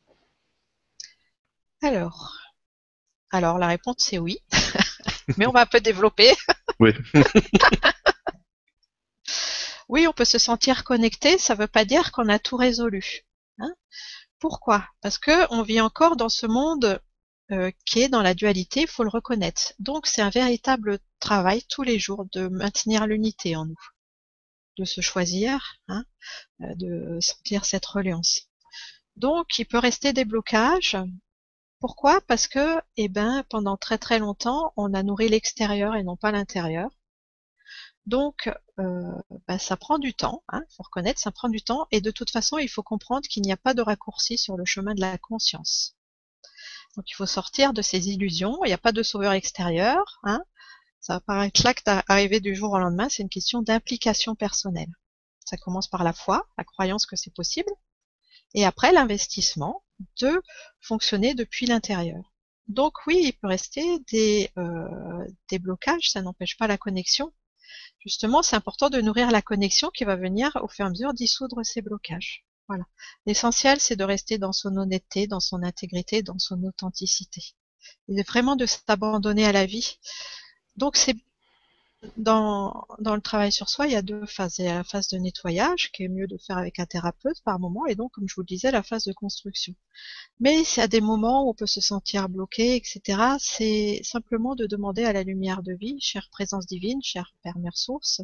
Alors la réponse c'est oui, mais on va un peu développer. Oui. Oui, on peut se sentir connecté, ça ne veut pas dire qu'on a tout résolu. Pourquoi? Parce que on vit encore dans ce monde qui est dans la dualité, il faut le reconnaître. Donc c'est un véritable travail tous les jours de maintenir l'unité en nous, de se choisir, hein, de sentir cette reliance. Donc, il peut rester des blocages. Pourquoi? Parce que, pendant très très longtemps, on a nourri l'extérieur et non pas l'intérieur. Donc, ça prend du temps, hein, faut reconnaître, ça prend du temps. Et de toute façon, il faut comprendre qu'il n'y a pas de raccourci sur le chemin de la conscience. Donc, il faut sortir de ces illusions. Il n'y a pas de sauveur extérieur, hein. Ça va paraître là que arriver du jour au lendemain. C'est une question d'implication personnelle. Ça commence par la foi, la croyance que c'est possible, et après l'investissement de fonctionner depuis l'intérieur. Donc oui, il peut rester des blocages, ça n'empêche pas la connexion. Justement, c'est important de nourrir la connexion qui va venir au fur et à mesure dissoudre ces blocages. Voilà. L'essentiel, c'est de rester dans son honnêteté, dans son intégrité, dans son authenticité. Et vraiment de s'abandonner à la vie. Donc c'est dans le travail sur soi, il y a deux phases. Il y a la phase de nettoyage, qui est mieux de faire avec un thérapeute par moment, et donc, comme je vous le disais, la phase de construction. Mais c'est à des moments où on peut se sentir bloqué, etc. C'est simplement de demander à la lumière de vie, chère présence divine, chère Père Mère Source,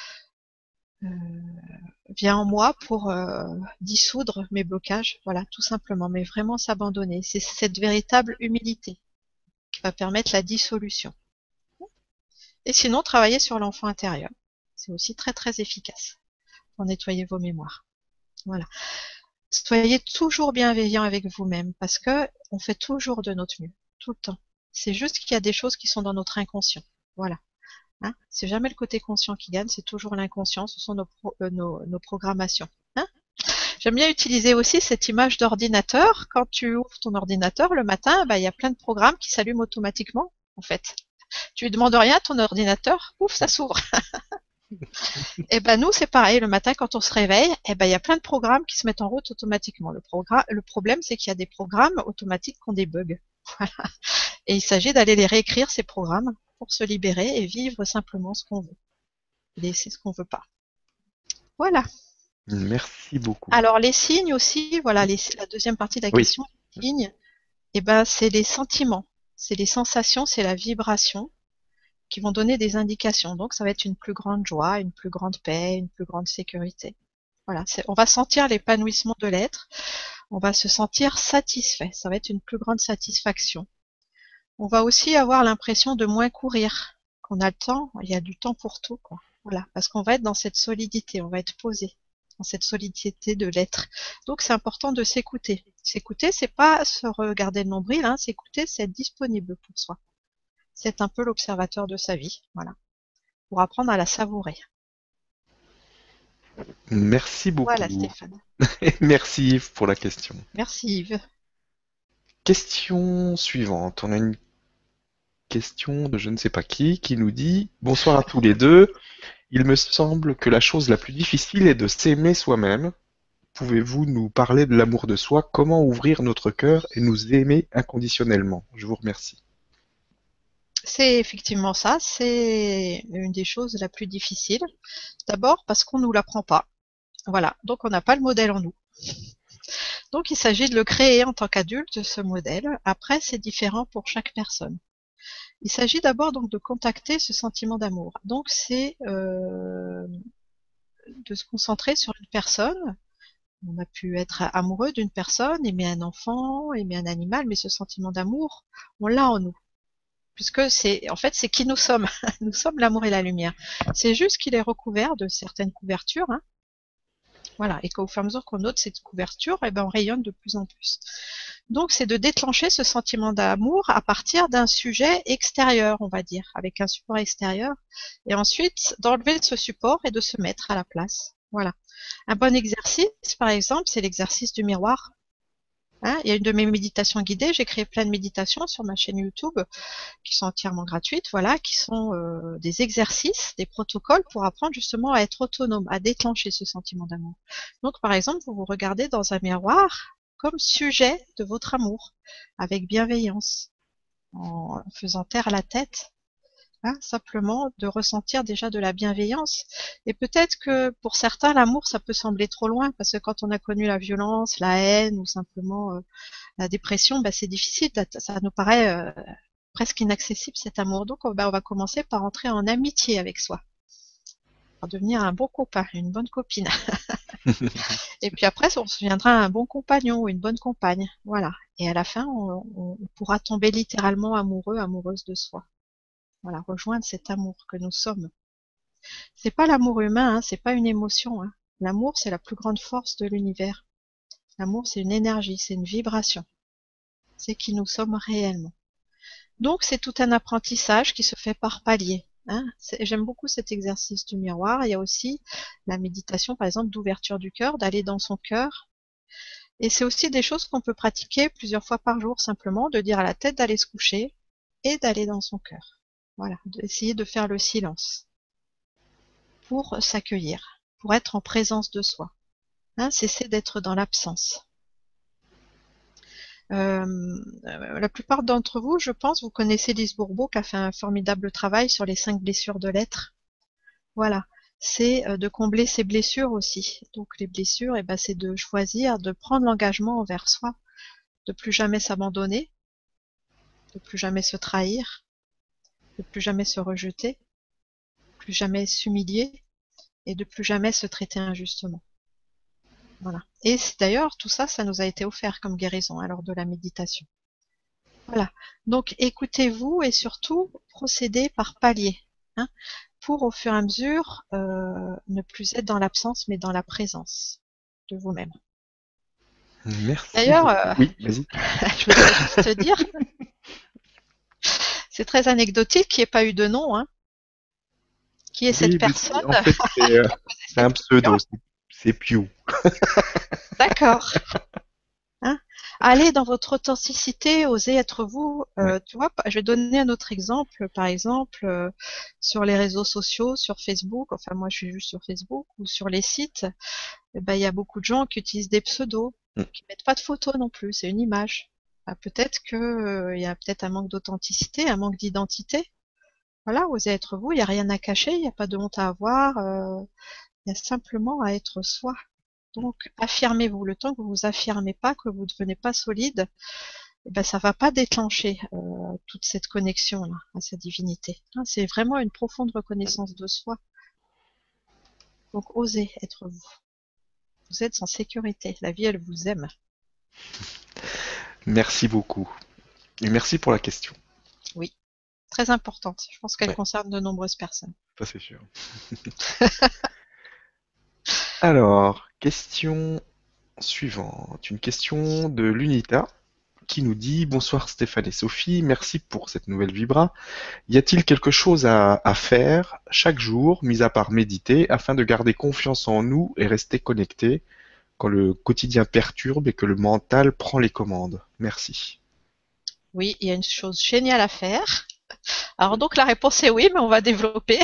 viens en moi pour dissoudre mes blocages, voilà, tout simplement, mais vraiment s'abandonner. C'est cette véritable humilité qui va permettre la dissolution. Et sinon, travailler sur l'enfant intérieur. C'est aussi très très efficace pour nettoyer vos mémoires. Voilà. Soyez toujours bienveillant avec vous-même parce que on fait toujours de notre mieux, tout le temps. C'est juste qu'il y a des choses qui sont dans notre inconscient. Voilà. Hein, c'est jamais le côté conscient qui gagne, c'est toujours l'inconscient, ce sont nos programmations. Hein. J'aime bien utiliser aussi cette image d'ordinateur. Quand tu ouvres ton ordinateur le matin, il y a plein de programmes qui s'allument automatiquement, en fait. Tu lui demandes rien à ton ordinateur, ouf, ça s'ouvre. Et nous, c'est pareil. Le matin, quand on se réveille, il y a plein de programmes qui se mettent en route automatiquement. Le problème, c'est qu'il y a des programmes automatiques qui ont des bugs. Voilà. Et il s'agit d'aller les réécrire, ces programmes, pour se libérer et vivre simplement ce qu'on veut. Laisser ce qu'on veut pas. Voilà. Merci beaucoup. Alors, les signes aussi, voilà, la deuxième partie de la question, les signes, c'est les sentiments, c'est les sensations, c'est la vibration qui vont donner des indications. Donc, ça va être une plus grande joie, une plus grande paix, une plus grande sécurité. Voilà, on va sentir l'épanouissement de l'être, on va se sentir satisfait, ça va être une plus grande satisfaction. On va aussi avoir l'impression de moins courir, qu'on a le temps, il y a du temps pour tout, quoi. Voilà, parce qu'on va être dans cette solidité, on va être posé dans cette solidité de l'être. Donc, c'est important de s'écouter. S'écouter, c'est pas se regarder le nombril, hein, s'écouter, c'est être disponible pour soi. C'est un peu l'observateur de sa vie, voilà, pour apprendre à la savourer. Merci beaucoup. Voilà, Stéphane. Merci Yves pour la question. Merci Yves. Question suivante. On a une question de je ne sais pas qui nous dit bonsoir à tous les deux. Il me semble que la chose la plus difficile est de s'aimer soi-même. Pouvez-vous nous parler de l'amour de soi? Comment ouvrir notre cœur et nous aimer inconditionnellement? Je vous remercie. C'est effectivement ça, c'est une des choses la plus difficiles. D'abord parce qu'on nous l'apprend pas. Voilà, donc on n'a pas le modèle en nous. Donc il s'agit de le créer en tant qu'adulte, ce modèle. Après, c'est différent pour chaque personne. Il s'agit d'abord donc de contacter ce sentiment d'amour. Donc c'est de se concentrer sur une personne. On a pu être amoureux d'une personne, aimer un enfant, aimer un animal, mais ce sentiment d'amour, on l'a en nous. Puisque c'est, en fait, c'est qui nous sommes. Nous sommes l'amour et la lumière. C'est juste qu'il est recouvert de certaines couvertures, hein. Voilà. Et qu'au fur et à mesure qu'on ôte cette couverture, on rayonne de plus en plus. Donc, c'est de déclencher ce sentiment d'amour à partir d'un sujet extérieur, on va dire, avec un support extérieur. Et ensuite, d'enlever ce support et de se mettre à la place. Voilà. Un bon exercice, par exemple, c'est l'exercice du miroir. Hein, il y a une de mes méditations guidées, j'ai créé plein de méditations sur ma chaîne YouTube qui sont entièrement gratuites, voilà, qui sont des exercices, des protocoles pour apprendre justement à être autonome, à déclencher ce sentiment d'amour. Donc par exemple, vous vous regardez dans un miroir comme sujet de votre amour, avec bienveillance, en faisant taire la tête. Hein, simplement de ressentir déjà de la bienveillance. Et peut-être que pour certains, l'amour, ça peut sembler trop loin, parce que quand on a connu la violence, la haine ou simplement la dépression, c'est difficile, ça nous paraît presque inaccessible cet amour. Donc on va commencer par entrer en amitié avec soi. pour devenir un bon copain, une bonne copine. Et puis après, on se deviendra un bon compagnon ou une bonne compagne. Voilà. Et à la fin, on pourra tomber littéralement amoureux, amoureuse de soi. Voilà, rejoindre cet amour que nous sommes. C'est pas l'amour humain, hein, c'est pas une émotion, hein. L'amour, c'est la plus grande force de l'univers. L'amour, c'est une énergie, c'est une vibration. C'est qui nous sommes réellement. Donc, c'est tout un apprentissage qui se fait par paliers, hein. J'aime beaucoup cet exercice du miroir. Il y a aussi la méditation, par exemple, d'ouverture du cœur, d'aller dans son cœur. Et c'est aussi des choses qu'on peut pratiquer plusieurs fois par jour, simplement, de dire à la tête d'aller se coucher et d'aller dans son cœur. Voilà, d'essayer de faire le silence pour s'accueillir, pour être en présence de soi, hein, cesser d'être dans l'absence. La plupart d'entre vous, je pense, vous connaissez Lise Bourbeau qui a fait un formidable travail sur les 5 blessures de l'être. Voilà, c'est de combler ses blessures aussi. Donc les blessures, eh ben, c'est de choisir, de prendre l'engagement envers soi, de plus jamais s'abandonner, de plus jamais se trahir, de plus jamais se rejeter, de plus jamais s'humilier et de plus jamais se traiter injustement. Voilà. Et d'ailleurs, tout ça, ça nous a été offert comme guérison lors de la méditation. Voilà. Donc, écoutez-vous et surtout, procédez par paliers, hein, pour au fur et à mesure ne plus être dans l'absence, mais dans la présence de vous-même. Merci D'ailleurs, beaucoup. Oui, vas-y. je voudrais juste te dire, c'est très anecdotique qu'il n'y ait pas eu de nom, hein. Qui est cette Oui, mais personne en fait, qui a posé c'est cette un question? pseudo, c'est Pew. D'accord. Hein, allez dans votre authenticité, osez être vous. Ouais. Tu vois, je vais donner un autre exemple. Par exemple, sur les réseaux sociaux, sur Facebook. Enfin, moi, je suis juste sur Facebook ou sur les sites. Eh ben, il y a beaucoup de gens qui utilisent des pseudos, Mm. qui mettent pas de photo non plus. C'est une image. Ben, peut-être que il y a peut-être un manque d'authenticité, un manque d'identité. Voilà, osez être vous. Il n'y a rien à cacher. Il n'y a pas de honte à avoir. Il y a simplement à être soi. Donc, affirmez-vous. Le temps que vous vous affirmez pas, que vous ne devenez pas solide, eh ben, ça va pas déclencher toute cette connexion-là à sa divinité. Hein, c'est vraiment une profonde reconnaissance de soi. Donc, osez être vous. Vous êtes en sécurité. La vie, elle vous aime. Merci beaucoup. Et merci pour la question. Oui, très importante. Je pense qu'elle Ouais, concerne de nombreuses personnes. ça c'est sûr. Alors, question suivante. Une question de l'UNITA qui nous dit: Bonsoir Stéphane et Sophie, merci pour cette nouvelle vibra. Y a-t-il quelque chose à faire chaque jour, mis à part méditer, afin de garder confiance en nous et rester connecté quand le quotidien perturbe et que le mental prend les commandes? Merci. Oui, il y a une chose géniale à faire. Alors donc la réponse est oui, mais on va développer.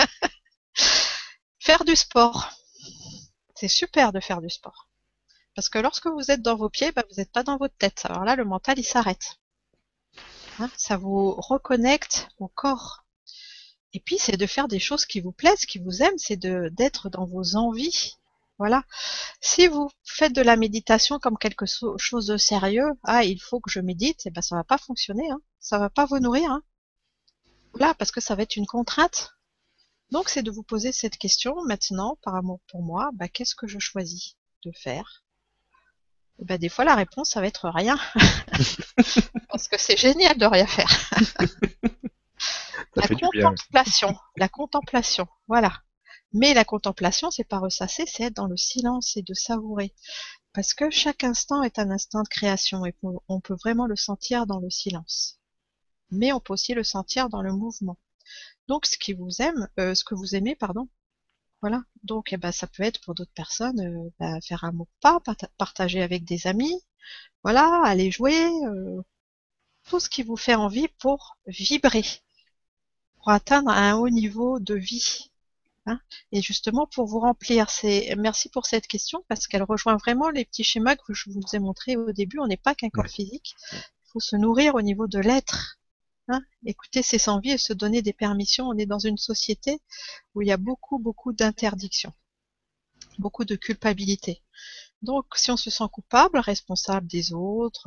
Faire du sport. C'est super de faire du sport. Parce que lorsque vous êtes dans vos pieds, bah, vous n'êtes pas dans votre tête. Alors là, le mental, il s'arrête. Hein, ça vous reconnecte au corps. Et puis, c'est de faire des choses qui vous plaisent, qui vous aiment, c'est d'être dans vos envies. Voilà. Si vous faites de la méditation comme quelque chose de sérieux, ah, il faut que je médite, et ben, ça va pas fonctionner, hein. Ça va pas vous nourrir, hein. Voilà, parce que ça va être une contrainte. Donc, c'est de vous poser cette question maintenant, par amour pour moi, bah, qu'est-ce que je choisis de faire? Et ben, des fois, la réponse, ça va être rien. Parce que c'est génial de rien faire. Ça fait du bien aussi. La contemplation, voilà. Mais la contemplation, c'est pas ressasser, c'est être dans le silence et de savourer. Parce que chaque instant est un instant de création et on peut vraiment le sentir dans le silence. Mais on peut aussi le sentir dans le mouvement. Donc, ce que vous aimez, pardon. Voilà. Donc, eh ben, ça peut être pour d'autres personnes, faire un mot de pas, partager avec des amis. Voilà, aller jouer, tout ce qui vous fait envie pour vibrer, pour atteindre un haut niveau de vie. Hein, et justement, pour vous remplir, merci pour cette question parce qu'elle rejoint vraiment les petits schémas que je vous ai montrés au début. On n'est pas qu'un corps Ouais. physique. Il faut se nourrir au niveau de l'être. Hein, écouter ses envies et se donner des permissions. On est dans une société où il y a beaucoup, beaucoup d'interdictions, beaucoup de culpabilité. Donc, si on se sent coupable, responsable des autres,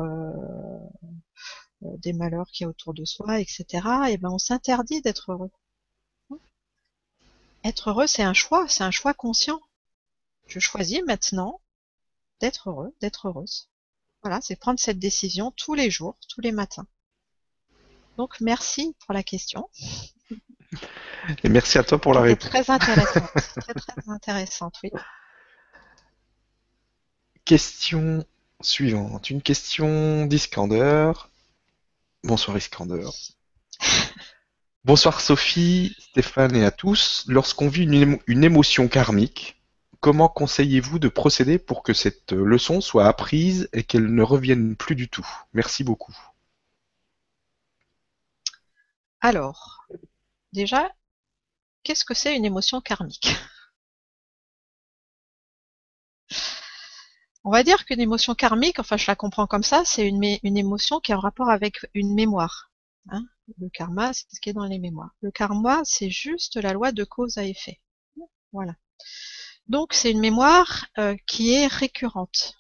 des malheurs qu'il y a autour de soi, etc., et ben, on s'interdit d'être heureux. Être heureux, c'est un choix conscient. Je choisis maintenant d'être heureux, d'être heureuse. Voilà, c'est prendre cette décision tous les jours, tous les matins. Donc merci pour la question, Et merci à toi pour qui la était réponse. très intéressante, très très intéressante, oui. Question suivante. Une question d'Iskander. Bonsoir Iskander. Bonsoir Sophie, Stéphane et à tous. Lorsqu'on vit une émotion karmique, comment conseillez-vous de procéder pour que cette leçon soit apprise et qu'elle ne revienne plus du tout? Merci beaucoup. Alors, déjà, qu'est-ce que c'est une émotion karmique? On va dire qu'une émotion karmique, enfin je la comprends comme ça, c'est une émotion qui est en rapport avec une mémoire. Hein. Le karma, c'est ce qui est dans les mémoires. Le karma, c'est juste la loi de cause à effet. Voilà. Donc c'est une mémoire qui est récurrente.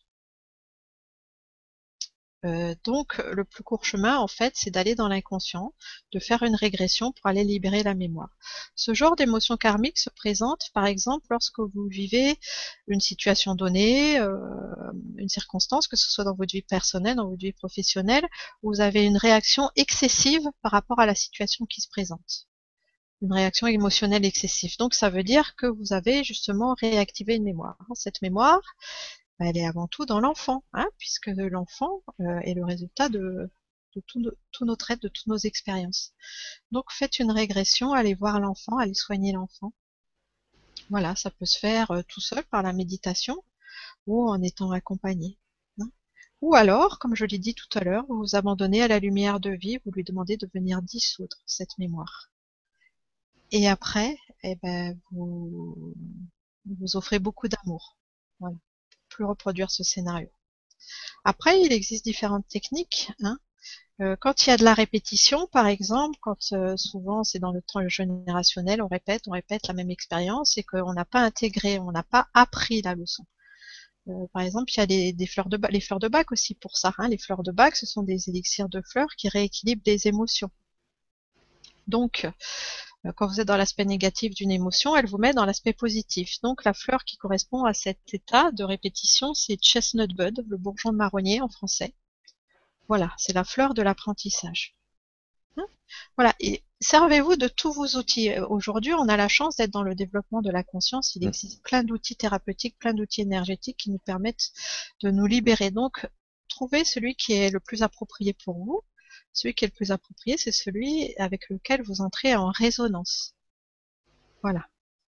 Donc le plus court chemin, en fait, c'est d'aller dans l'inconscient, de faire une régression pour aller libérer la mémoire. Ce genre d'émotion karmique se présente, par exemple, lorsque vous vivez une situation donnée, une circonstance, que ce soit dans votre vie personnelle, dans votre vie professionnelle, où vous avez une réaction excessive par rapport à la situation qui se présente. Une réaction émotionnelle excessive. Donc ça veut dire que vous avez justement réactivé une mémoire. Cette mémoire, elle est avant tout dans l'enfant, hein, puisque l'enfant est le résultat de tout notre être, de toutes nos expériences. Donc faites une régression, allez voir l'enfant, allez soigner l'enfant. Voilà, ça peut se faire tout seul par la méditation ou en étant accompagné. Hein. Ou alors, comme je l'ai dit tout à l'heure, vous vous abandonnez à la lumière de vie, vous lui demandez de venir dissoudre cette mémoire. Et après, eh ben, vous offrez beaucoup d'amour. Voilà. Plus reproduire ce scénario. Après, il existe différentes techniques. Hein. Quand il y a de la répétition, par exemple, quand souvent c'est dans le temps générationnel, on répète la même expérience et qu'on n'a pas intégré, on n'a pas appris la leçon. Par exemple, il y a les fleurs les fleurs de bac aussi pour ça. Hein. Les fleurs de bac, ce sont des élixirs de fleurs qui rééquilibrent les émotions. Donc, quand vous êtes dans l'aspect négatif d'une émotion, elle vous met dans l'aspect positif. Donc la fleur qui correspond à cet état de répétition, c'est Chestnut Bud, le bourgeon de marronnier en français. Voilà, c'est la fleur de l'apprentissage. Hein. Voilà, et servez-vous de tous vos outils. Aujourd'hui, on a la chance d'être dans le développement de la conscience. Il existe plein d'outils thérapeutiques, plein d'outils énergétiques qui nous permettent de nous libérer. Donc, trouvez celui qui est le plus approprié pour vous. Celui qui est le plus approprié, c'est celui avec lequel vous entrez en résonance. Voilà.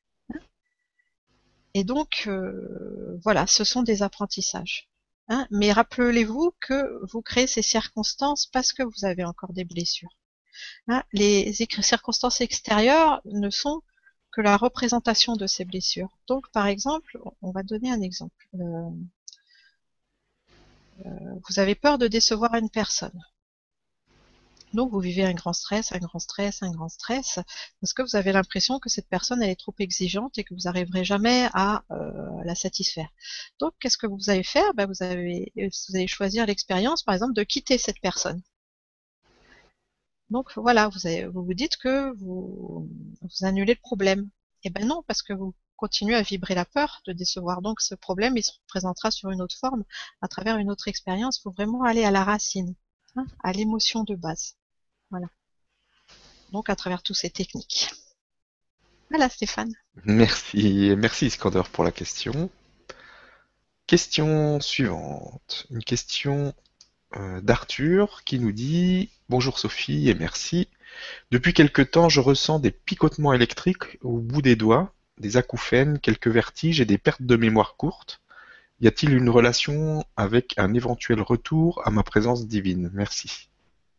Et donc, voilà, ce sont des apprentissages. Hein. Mais rappelez-vous que vous créez ces circonstances parce que vous avez encore des blessures. Hein. Les circonstances extérieures ne sont que la représentation de ces blessures. Donc, par exemple, on va donner un exemple. Vous avez peur de décevoir une personne. Donc vous vivez un grand stress, un grand stress, un grand stress, parce que vous avez l'impression que cette personne elle est trop exigeante et que vous n'arriverez jamais à la satisfaire. Donc qu'est-ce que vous allez faire? Ben, vous allez choisir l'expérience, par exemple, de quitter cette personne. Donc voilà, vous vous dites que vous annulez le problème. Eh ben non, parce que vous continuez à vibrer la peur de décevoir. Donc ce problème, il se représentera sur une autre forme, à travers une autre expérience. Il faut vraiment aller à la racine, hein, à l'émotion de base. Voilà. Donc à travers toutes ces techniques. Voilà Stéphane. Merci, merci Iskander pour la question. Question suivante. Une question d'Arthur qui nous dit bonjour Sophie et merci. Depuis quelque temps, je ressens des picotements électriques au bout des doigts, des acouphènes, quelques vertiges et des pertes de mémoire courtes. Y a-t-il une relation avec un éventuel retour à ma présence divine? Merci.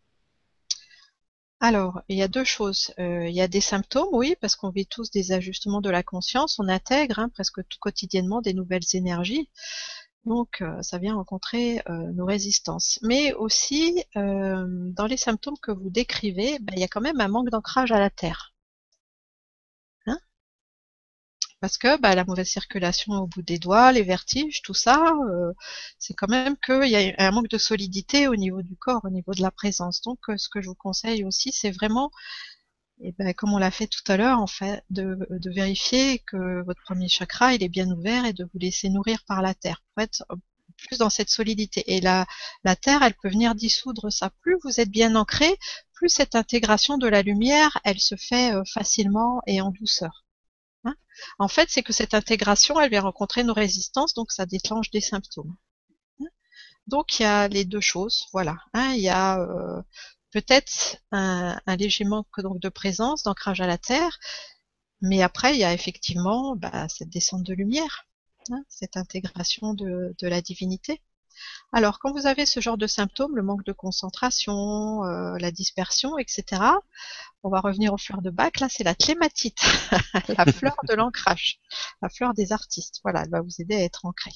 Alors, il y a deux choses. Il y a des symptômes, oui, parce qu'on vit tous des ajustements de la conscience, on intègre presque tout quotidiennement des nouvelles énergies, donc ça vient rencontrer nos résistances. Mais aussi, dans les symptômes que vous décrivez, il y a quand même un manque d'ancrage à la terre. Hein. Parce que la mauvaise circulation au bout des doigts, les vertiges, tout ça, c'est quand même qu'il y a un manque de solidité au niveau du corps, au niveau de la présence. Donc ce que je vous conseille aussi, c'est vraiment Et ben, comme on l'a fait tout à l'heure, en fait, de vérifier que votre premier chakra il est bien ouvert et de vous laisser nourrir par la terre pour être plus dans cette solidité. Et la terre, elle peut venir dissoudre ça. Plus vous êtes bien ancré, plus cette intégration de la lumière, elle se fait facilement et en douceur. Hein. En fait, c'est que cette intégration, elle vient rencontrer nos résistances, donc ça déclenche des symptômes. Hein. Donc il y a les deux choses, voilà. Hein, il y a peut-être un léger manque donc de présence, d'ancrage à la terre, mais après il y a effectivement cette descente de lumière, hein, cette intégration de la divinité. Alors quand vous avez ce genre de symptômes, le manque de concentration, la dispersion, etc., on va revenir aux fleurs de Bach, là c'est la clématite, la fleur de l'ancrage, la fleur des artistes. Voilà, elle va vous aider à être ancré.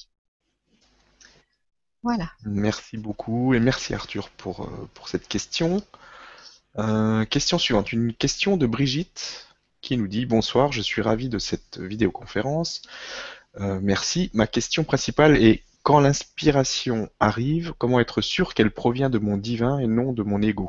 Voilà. Merci beaucoup et merci Arthur pour cette question. Question suivante, une question de Brigitte qui nous dit: Bonsoir, je suis ravi de cette vidéoconférence. Merci. Ma question principale est: quand l'inspiration arrive, comment être sûr qu'elle provient de mon divin et non de mon ego?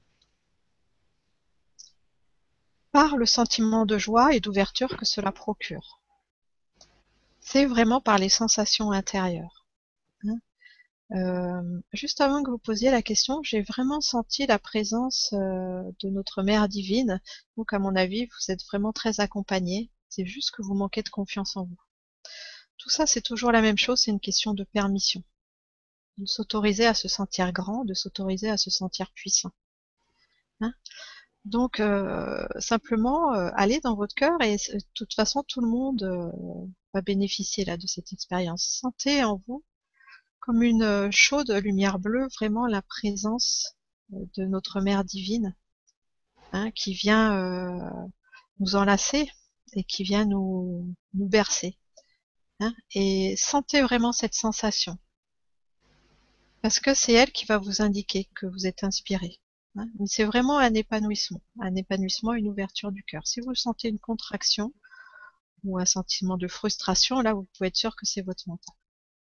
Par le sentiment de joie et d'ouverture que cela procure. C'est vraiment par les sensations intérieures. Hein. Juste avant que vous posiez la question, j'ai vraiment senti la présence de notre Mère divine. Donc, à mon avis, vous êtes vraiment très accompagnés. C'est juste que vous manquez de confiance en vous. Tout ça, c'est toujours la même chose, c'est une question de permission. De s'autoriser à se sentir grand, de s'autoriser à se sentir puissant. Hein. Donc, simplement, allez dans votre cœur et de toute façon, tout le monde va bénéficier là de cette expérience. Sentez en vous comme une chaude lumière bleue, vraiment la présence de notre Mère divine, hein, qui vient nous enlacer et qui vient nous bercer. Hein, et sentez vraiment cette sensation, parce que c'est elle qui va vous indiquer que vous êtes inspiré. Hein. C'est vraiment un épanouissement, une ouverture du cœur. Si vous sentez une contraction ou un sentiment de frustration, là, vous pouvez être sûr que c'est votre mental.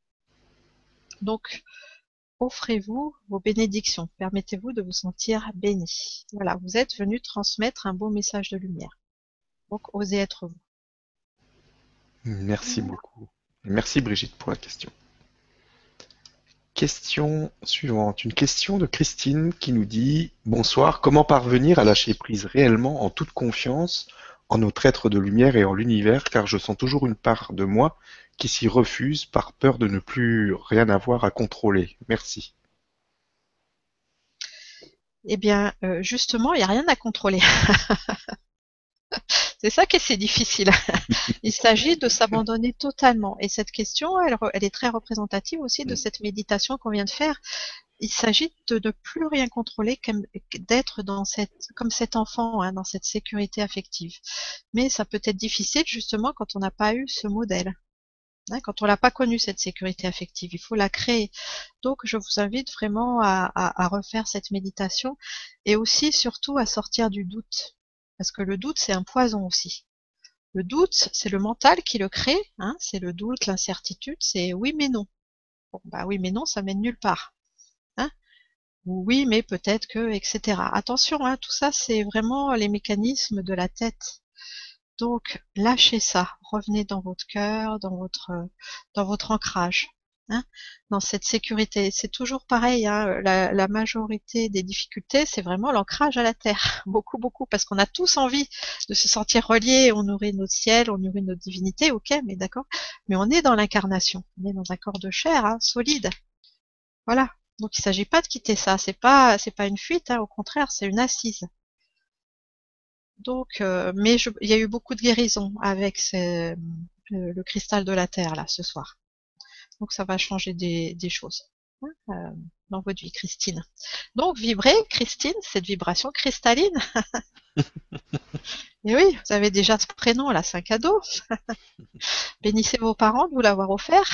Donc, offrez-vous vos bénédictions. Permettez-vous de vous sentir béni. Voilà, vous êtes venu transmettre un beau message de lumière. Donc, osez être vous. Merci beaucoup. Et merci Brigitte pour la question. Question suivante, une question de Christine qui nous dit: Bonsoir, comment parvenir à lâcher prise réellement en toute confiance en notre être de lumière et en l'univers, car je sens toujours une part de moi qui s'y refuse par peur de ne plus rien avoir à contrôler. Merci. Eh bien, justement, il n'y a rien à contrôler. C'est ça qui est si difficile. Il s'agit de s'abandonner totalement. Et cette question, elle est très représentative aussi de cette méditation qu'on vient de faire. Il s'agit de ne plus rien contrôler, d'être comme cet enfant, hein, dans cette sécurité affective. Mais ça peut être difficile justement quand on n'a pas eu ce modèle. Hein, quand on n'a pas connu cette sécurité affective, il faut la créer. Donc, je vous invite vraiment à refaire cette méditation et aussi, surtout, à sortir du doute. Parce que le doute, c'est un poison aussi. Le doute, c'est le mental qui le crée, hein, c'est le doute, l'incertitude, c'est oui mais non. Bon, bah oui mais non, ça mène nulle part. Hein. Ou oui mais peut-être que, etc. Attention, hein, tout ça, c'est vraiment les mécanismes de la tête. Donc, lâchez ça, revenez dans votre cœur, dans votre ancrage, hein, dans cette sécurité. C'est toujours pareil, hein, la majorité des difficultés, c'est vraiment l'ancrage à la terre, beaucoup, beaucoup, parce qu'on a tous envie de se sentir reliés, on nourrit notre ciel, on nourrit notre divinité, ok, mais d'accord, mais on est dans l'incarnation, on est dans un corps de chair, hein, solide, voilà. Donc il ne s'agit pas de quitter ça, c'est pas une fuite, hein, au contraire, c'est une assise. Donc, mais il y a eu beaucoup de guérison avec le cristal de la Terre là ce soir. Donc ça va changer des choses, hein, dans votre vie, Christine. Donc vibrez, Christine, cette vibration cristalline. Et oui, vous avez déjà ce prénom là, c'est un cadeau. Bénissez vos parents de vous l'avoir offert.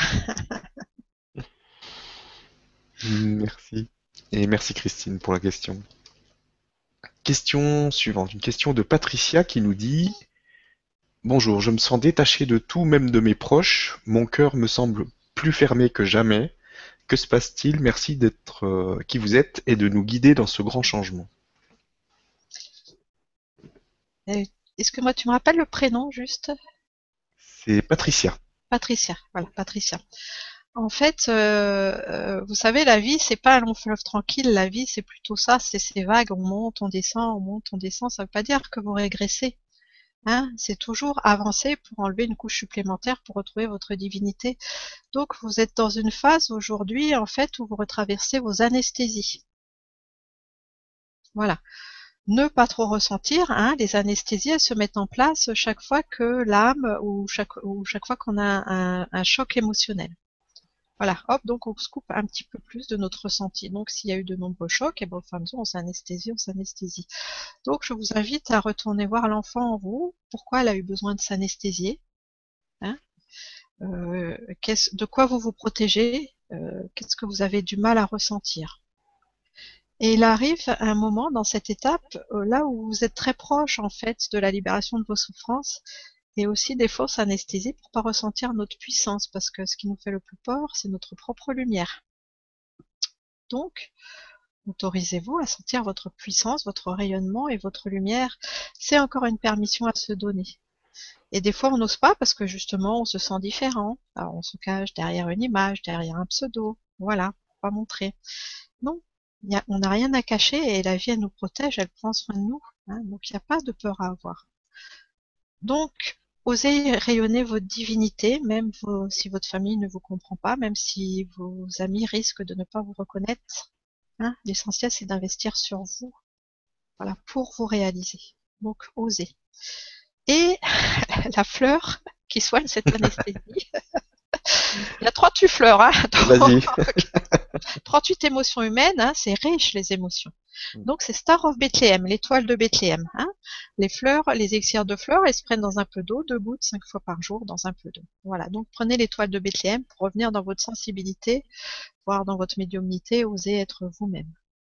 Merci. Et merci Christine pour la question. Question suivante, une question de Patricia qui nous dit: Bonjour, je me sens détaché de tout, même de mes proches. Mon cœur me semble plus fermé que jamais. Que se passe-t-il? Merci d'être qui vous êtes et de nous guider dans ce grand changement. Euh, Est-ce que moi, tu me rappelles le prénom juste? C'est Patricia. Patricia. Voilà, Patricia. En fait, vous savez, la vie, c'est pas un long fleuve tranquille. La vie, c'est plutôt ça, c'est ces vagues. On monte, on descend, on monte, on descend. Ça veut pas dire que vous régressez. Hein, c'est toujours avancer pour enlever une couche supplémentaire pour retrouver votre divinité. Donc, vous êtes dans une phase aujourd'hui, en fait, où vous retraversez vos anesthésies. Voilà. Ne pas trop ressentir, hein, les anesthésies, elles se mettent en place chaque fois que l'âme ou chaque fois qu'on a un choc émotionnel. Voilà, hop, donc on se coupe un petit peu plus de notre ressenti. Donc s'il y a eu de nombreux chocs, et ben, au fur et à mesure, on s'anesthésie, on s'anesthésie. Donc je vous invite à retourner voir l'enfant en vous, pourquoi elle a eu besoin de s'anesthésier, hein, de quoi vous vous protégez, qu'est-ce que vous avez du mal à ressentir. Et il arrive un moment dans cette étape là où vous êtes très proche en fait de la libération de vos souffrances et aussi des fausses anesthésies pour pas ressentir notre puissance parce que ce qui nous fait le plus peur, c'est notre propre lumière. Donc, autorisez-vous à sentir votre puissance, votre rayonnement et votre lumière. C'est encore une permission à se donner. Et des fois, on n'ose pas parce que justement, on se sent différent. Alors, on se cache derrière une image, derrière un pseudo. Voilà, pour pas montrer. Non, on n'a rien à cacher et la vie, elle nous protège, elle prend soin de nous. Hein, donc, il n'y a pas de peur à avoir. Donc, osez rayonner votre divinité, même si votre famille ne vous comprend pas, même si vos amis risquent de ne pas vous reconnaître. Hein, l'essentiel, c'est d'investir sur vous, voilà, pour vous réaliser. Donc, osez. Et la fleur qui soigne cette anesthésie. Il y a 38 fleurs, hein, Vas-y. 38 émotions humaines, hein, c'est riche les émotions. Donc c'est Star of Bethlehem, l'étoile de Bethléem. Hein. Les fleurs, les élixirs de fleurs, elles se prennent dans un peu d'eau, 2 gouttes, 5 fois par jour dans un peu d'eau. Voilà, donc prenez l'étoile de Bethléem pour revenir dans votre sensibilité, voire dans votre médiumnité, osez être vous-même.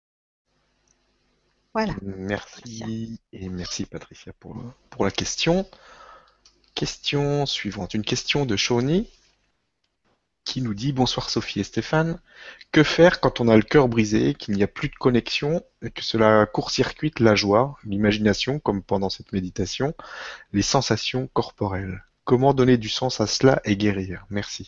Voilà, Patricia. Merci et merci Patricia pour la question. Question suivante. Une question de Shawnee qui nous dit bonsoir Sophie et Stéphane. Que faire quand on a le cœur brisé, qu'il n'y a plus de connexion et que cela court-circuite la joie, l'imagination, comme pendant cette méditation, les sensations corporelles? Comment donner du sens à cela et guérir? Merci.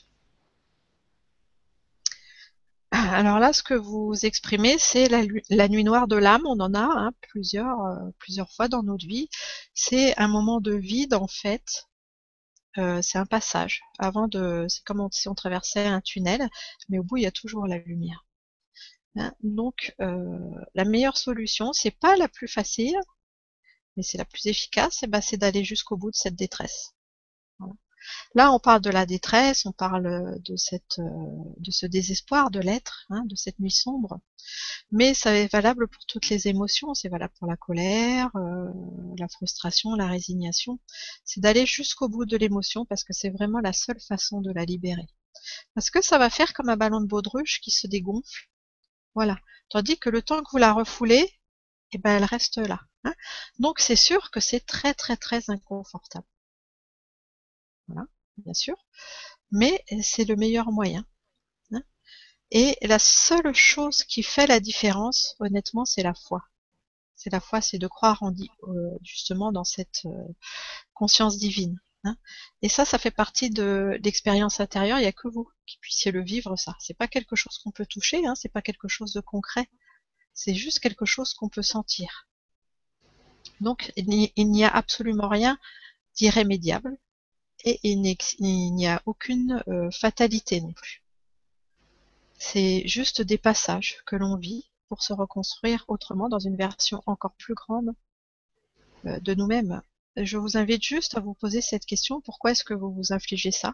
Alors là, ce que vous exprimez, c'est la nuit noire de l'âme. On en a hein, plusieurs fois dans notre vie. C'est un moment de vide en fait. C'est un passage. C'est comme si on traversait un tunnel, mais au bout il y a toujours la lumière. Hein. Donc la meilleure solution, c'est pas la plus facile, mais c'est la plus efficace. Et ben, c'est d'aller jusqu'au bout de cette détresse. Voilà. Là, on parle de la détresse, on parle de ce désespoir de l'être, hein, de cette nuit sombre. Mais ça est valable pour toutes les émotions, c'est valable pour la colère, la frustration, la résignation. C'est d'aller jusqu'au bout de l'émotion parce que c'est vraiment la seule façon de la libérer. Parce que ça va faire comme un ballon de baudruche qui se dégonfle. Voilà. Tandis que le temps que vous la refoulez, eh ben, elle reste là. Hein. Donc c'est sûr que c'est très très très inconfortable. Voilà, bien sûr. Mais c'est le meilleur moyen. Hein. Et la seule chose qui fait la différence, honnêtement, c'est la foi. C'est la foi, c'est de croire justement dans cette conscience divine. Hein. Et ça fait partie de l'expérience intérieure. Il n'y a que vous qui puissiez le vivre, ça. C'est pas quelque chose qu'on peut toucher, hein, c'est pas quelque chose de concret. C'est juste quelque chose qu'on peut sentir. Donc, il n'y a absolument rien d'irrémédiable et il n'y a aucune fatalité non plus. C'est juste des passages que l'on vit pour se reconstruire autrement dans une version encore plus grande de nous-mêmes. Je vous invite juste à vous poser cette question, pourquoi est-ce que vous vous infligez ça?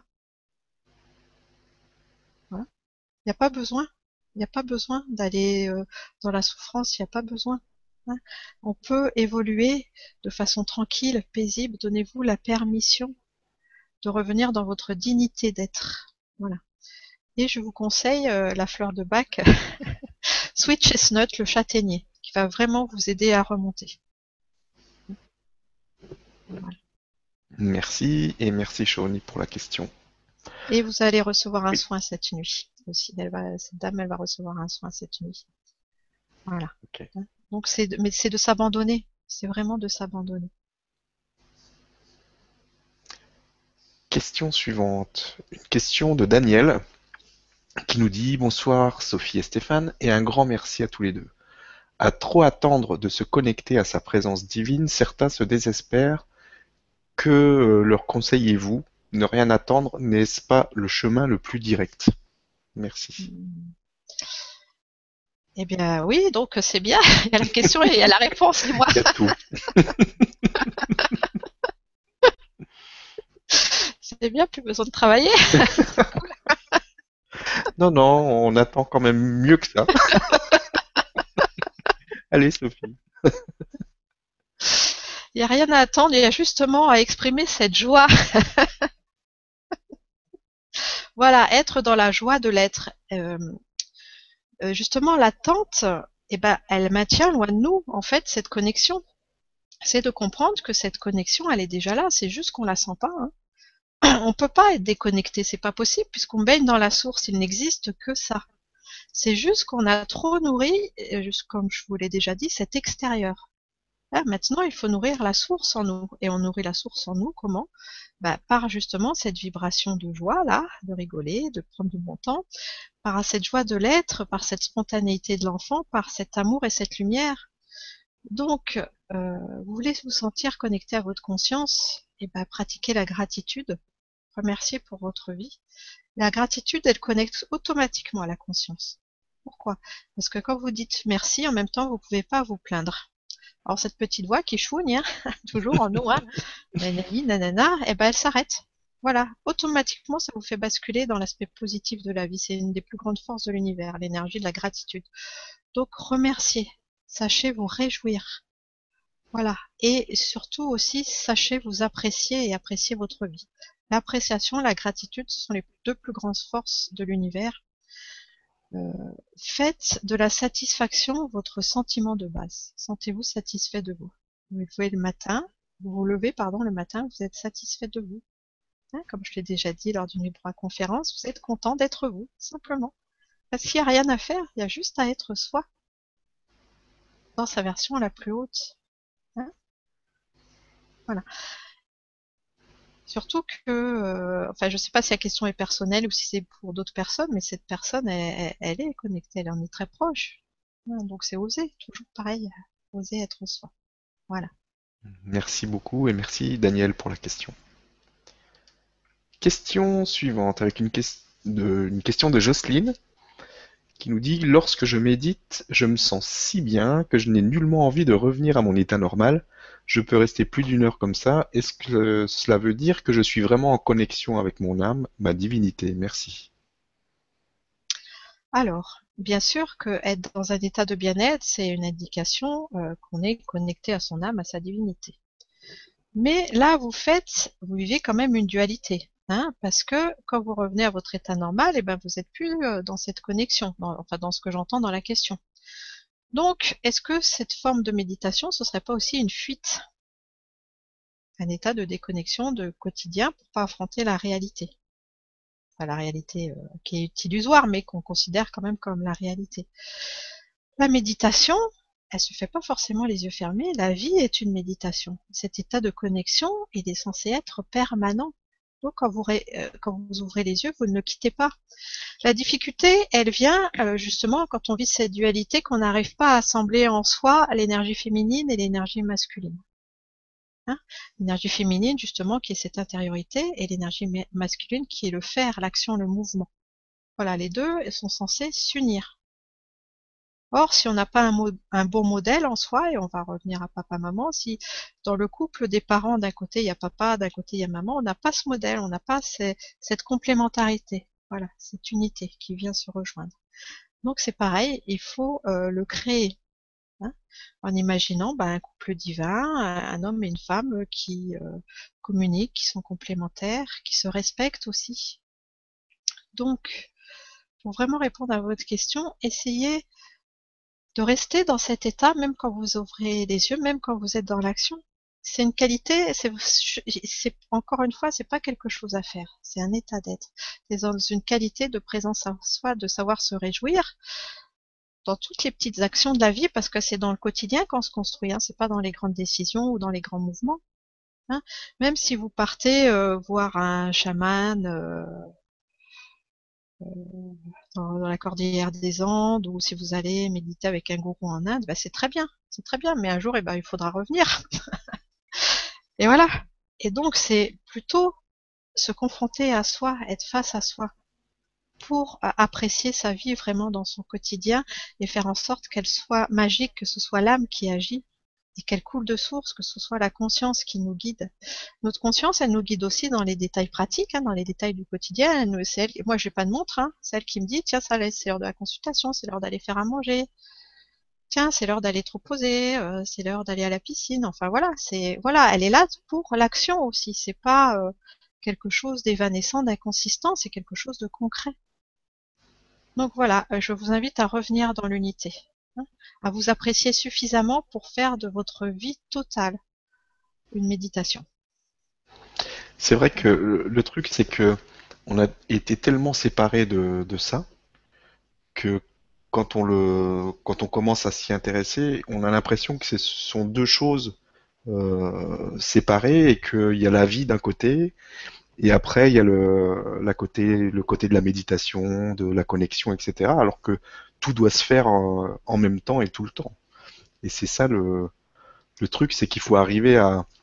Voilà. Il n'y a pas besoin. Il n'y a pas besoin d'aller dans la souffrance, il n'y a pas besoin. Hein. On peut évoluer de façon tranquille, paisible. Donnez-vous la permission de revenir dans votre dignité d'être. Voilà. Et je vous conseille la fleur de Bach, Sweet Chestnut, le châtaignier, qui va vraiment vous aider à remonter. Voilà. Merci et merci Shawnee pour la question. Et vous allez recevoir un Oui, soin cette nuit aussi. Cette dame, elle va recevoir un soin cette nuit. Voilà. ok. Donc mais c'est de s'abandonner. C'est vraiment de s'abandonner. question suivante. Une question de Daniel qui nous dit bonsoir Sophie et Stéphane et un grand merci à tous les deux. À trop attendre de se connecter à sa présence divine, certains se désespèrent. Que leur conseillez-vous? Ne rien attendre, n'est-ce pas le chemin le plus direct? Merci. Eh bien oui, donc c'est bien. Il y a la question et il y a la réponse, c'est moi. Il y a tout. C'est bien, plus besoin de travailler. Non, non, on attend quand même mieux que ça. Allez, Sophie. Il n'y a rien à attendre, il y a justement à exprimer cette joie. Voilà, être dans la joie de l'être. Justement, l'attente, eh ben, elle maintient loin de nous, en fait, cette connexion. C'est de comprendre que cette connexion, elle est déjà là, c'est juste qu'on la sent pas, hein. On peut pas être déconnecté, c'est pas possible puisqu'on baigne dans la source, il n'existe que ça. C'est juste qu'on a trop nourri, juste comme je vous l'ai déjà dit, cet extérieur. Là, maintenant, il faut nourrir la source en nous. Et on nourrit la source en nous comment? Bah, par justement cette vibration de joie, là, de rigoler, de prendre du bon temps, par cette joie de l'être, par cette spontanéité de l'enfant, par cet amour et cette lumière. Donc, vous voulez vous sentir connecté à votre conscience, et ben pratiquez la gratitude, remerciez pour votre vie. La gratitude, elle connecte automatiquement à la conscience. Pourquoi? Parce que quand vous dites merci, en même temps, vous pouvez pas vous plaindre. Alors cette petite voix qui chouigne, hein, toujours en nous, hein, nanani, nanana, et ben elle s'arrête. Voilà, automatiquement, ça vous fait basculer dans l'aspect positif de la vie. C'est une des plus grandes forces de l'univers, l'énergie de la gratitude. Donc remerciez, sachez vous réjouir. Voilà. Et surtout aussi, sachez vous apprécier et apprécier votre vie. L'appréciation, la gratitude, ce sont les deux plus grandes forces de l'univers. Faites de la satisfaction votre sentiment de base. Sentez-vous satisfait de vous. Vous levez le matin, vous vous levez, pardon, le matin, vous êtes satisfait de vous. Hein, comme je l'ai déjà dit lors d'une conférence, vous êtes content d'être vous, simplement. Parce qu'il n'y a rien à faire, il y a juste à être soi, dans sa version la plus haute. Hein, voilà. Surtout que, enfin, je sais pas si la question est personnelle ou si c'est pour d'autres personnes, mais cette personne, elle est connectée, elle en est très proche. Hein, donc c'est oser, toujours pareil, oser être soi. Voilà. Merci beaucoup et merci Daniel pour la question. Question suivante avec une question de Jocelyne qui nous dit lorsque je médite, je me sens si bien que je n'ai nullement envie de revenir à mon état normal. Je peux rester plus d'une heure comme ça. Est-ce que cela veut dire que je suis vraiment en connexion avec mon âme, ma divinité? Merci. Alors, bien sûr que être dans un état de bien-être, c'est une indication qu'on est connecté à son âme, à sa divinité. Mais là, vous vivez quand même une dualité, hein, parce que quand vous revenez à votre état normal, eh ben vous êtes plus dans cette connexion, enfin dans ce que j'entends dans la question. Donc, est-ce que cette forme de méditation, ce serait pas aussi une fuite, un état de déconnexion de quotidien pour pas affronter la réalité? Enfin, la réalité qui est illusoire, mais qu'on considère quand même comme la réalité. La méditation, elle se fait pas forcément les yeux fermés. La vie est une méditation. Cet état de connexion, il est censé être permanent. Donc, quand vous ouvrez les yeux, vous ne le quittez pas. La difficulté, elle vient justement quand on vit cette dualité, qu'on n'arrive pas à assembler en soi l'énergie féminine et l'énergie masculine. Hein, l'énergie féminine, justement, qui est cette intériorité, et l'énergie masculine, qui est le faire, l'action, le mouvement. Voilà, les deux sont censés s'unir. Or, si on n'a pas un bon modèle en soi, et on va revenir à papa-maman, si dans le couple des parents, d'un côté il y a papa, d'un côté il y a maman, on n'a pas ce modèle, on n'a pas cette complémentarité, voilà, cette unité qui vient se rejoindre. Donc c'est pareil, il faut le créer, hein, en imaginant un couple divin, un homme et une femme qui communiquent, qui sont complémentaires, qui se respectent aussi. Donc, pour vraiment répondre à votre question, essayez de rester dans cet état même quand vous ouvrez les yeux, même quand vous êtes dans l'action. C'est une qualité, c'est encore une fois, c'est pas quelque chose à faire, c'est un état d'être. C'est dans une qualité de présence en soi, de savoir se réjouir dans toutes les petites actions de la vie, parce que c'est dans le quotidien qu'on se construit, hein, c'est pas dans les grandes décisions ou dans les grands mouvements. hein. Même si vous partez voir un chaman dans la cordillère des Andes, ou si vous allez méditer avec un gourou en Inde, bah, c'est très bien, mais un jour, eh ben, il faudra revenir. Et voilà. Et donc, c'est plutôt se confronter à soi, être face à soi, pour apprécier sa vie vraiment dans son quotidien et faire en sorte qu'elle soit magique, que ce soit l'âme qui agit et qu'elle coule de source, que ce soit la conscience qui nous guide. Notre conscience, elle nous guide aussi dans les détails pratiques, hein, dans les détails du quotidien. Moi, j'ai pas de montre, hein, c'est elle qui me dit, tiens, ça laisse, c'est l'heure de la consultation, c'est l'heure d'aller faire à manger. Tiens, c'est l'heure d'aller te reposer, c'est l'heure d'aller à la piscine. Enfin voilà, elle est là pour l'action aussi. C'est pas quelque chose d'évanescent, d'inconsistant, c'est quelque chose de concret. Donc voilà, je vous invite à revenir dans l'unité, hein, à vous apprécier suffisamment pour faire de votre vie totale une méditation. C'est vrai que le truc, c'est que on a été tellement séparés de ça que quand on commence à s'y intéresser, on a l'impression que ce sont deux choses séparées et qu'il y a la vie d'un côté et après il y a le côté de la méditation, de la connexion, etc. Alors que tout doit se faire en même temps et tout le temps. Et c'est ça le truc, c'est qu'il faut arriver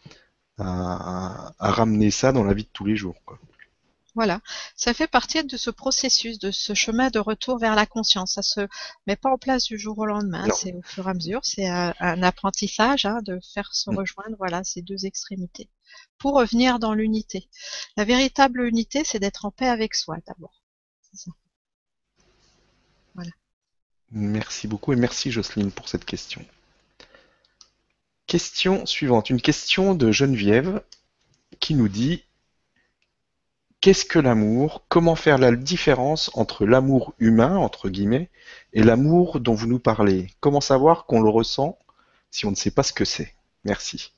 à ramener ça dans la vie de tous les jours, quoi. Voilà, ça fait partie de ce processus, de ce chemin de retour vers la conscience. Ça se met pas en place du jour au lendemain, Non. c'est au fur et à mesure, c'est un apprentissage, hein, de faire se Mm. rejoindre, voilà, ces deux extrémités, pour revenir dans l'unité. La véritable unité, c'est d'être en paix avec soi d'abord. C'est ça. Voilà. Merci beaucoup et merci Jocelyne pour cette question. Question suivante, une question de Geneviève qui nous dit: qu'est-ce que l'amour? Comment faire la différence entre l'amour humain, entre guillemets, et l'amour dont vous nous parlez? Comment savoir qu'on le ressent si on ne sait pas ce que c'est? Merci.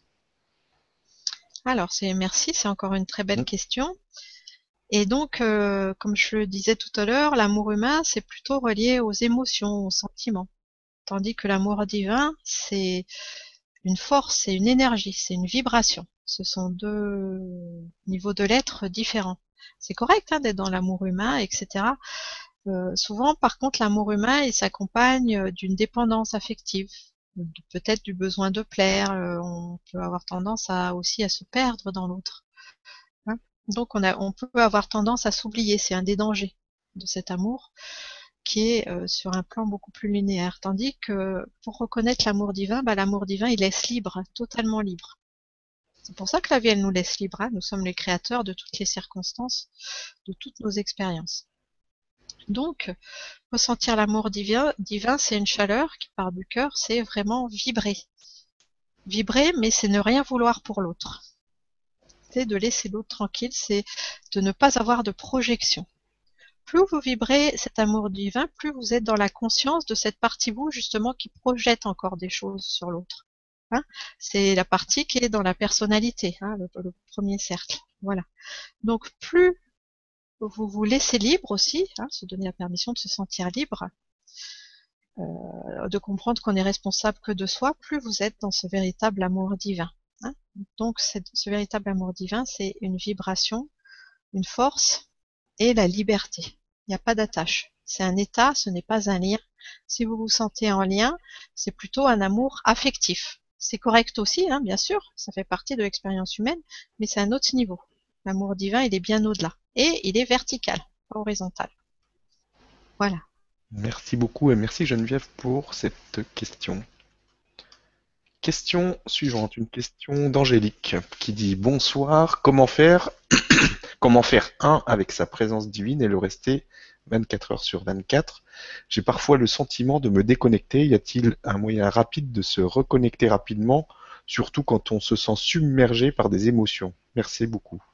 Alors, merci, c'est encore une très belle Mm. question. Et donc, comme je le disais tout à l'heure, l'amour humain, c'est plutôt relié aux émotions, aux sentiments. Tandis que l'amour divin, c'est une force, c'est une énergie, c'est une vibration. Ce sont deux niveaux de l'être différents. C'est correct, hein, d'être dans l'amour humain, etc. Souvent, par contre, l'amour humain, il s'accompagne d'une dépendance affective, peut-être du besoin de plaire. On peut avoir tendance aussi à se perdre dans l'autre, hein. Donc, on peut avoir tendance à s'oublier. C'est un des dangers de cet amour qui est sur un plan beaucoup plus linéaire. Tandis que pour reconnaître l'amour divin, bah, l'amour divin, il laisse libre, totalement libre. C'est pour ça que la vie, elle nous laisse libre, hein. Nous sommes les créateurs de toutes les circonstances, de toutes nos expériences. Donc, ressentir l'amour divin, c'est une chaleur qui part du cœur, c'est vraiment vibrer. Vibrer, mais c'est ne rien vouloir pour l'autre. C'est de laisser l'autre tranquille, c'est de ne pas avoir de projection. Plus vous vibrez cet amour divin, plus vous êtes dans la conscience de cette partie vous justement qui projette encore des choses sur l'autre, hein. C'est la partie qui est dans la personnalité, hein, le premier cercle. Voilà. Donc plus vous vous laissez libre aussi, hein, se donner la permission de se sentir libre, de comprendre qu'on est responsable que de soi, plus vous êtes dans ce véritable amour divin, hein. Donc ce véritable amour divin, c'est une vibration, une force et la liberté. Il n'y a pas d'attache. C'est un état, ce n'est pas un lien. Si vous vous sentez en lien, c'est plutôt un amour affectif. C'est correct aussi, hein, bien sûr, ça fait partie de l'expérience humaine, mais c'est un autre niveau. L'amour divin, il est bien au-delà. Et il est vertical, pas horizontal. Voilà. Merci beaucoup et merci Geneviève pour cette question. Question suivante, une question d'Angélique qui dit: bonsoir, comment faire un avec sa présence divine et le rester 24 heures sur 24? J'ai parfois le sentiment de me déconnecter. Y a-t-il un moyen rapide de se reconnecter rapidement, surtout quand on se sent submergé par des émotions? Merci beaucoup.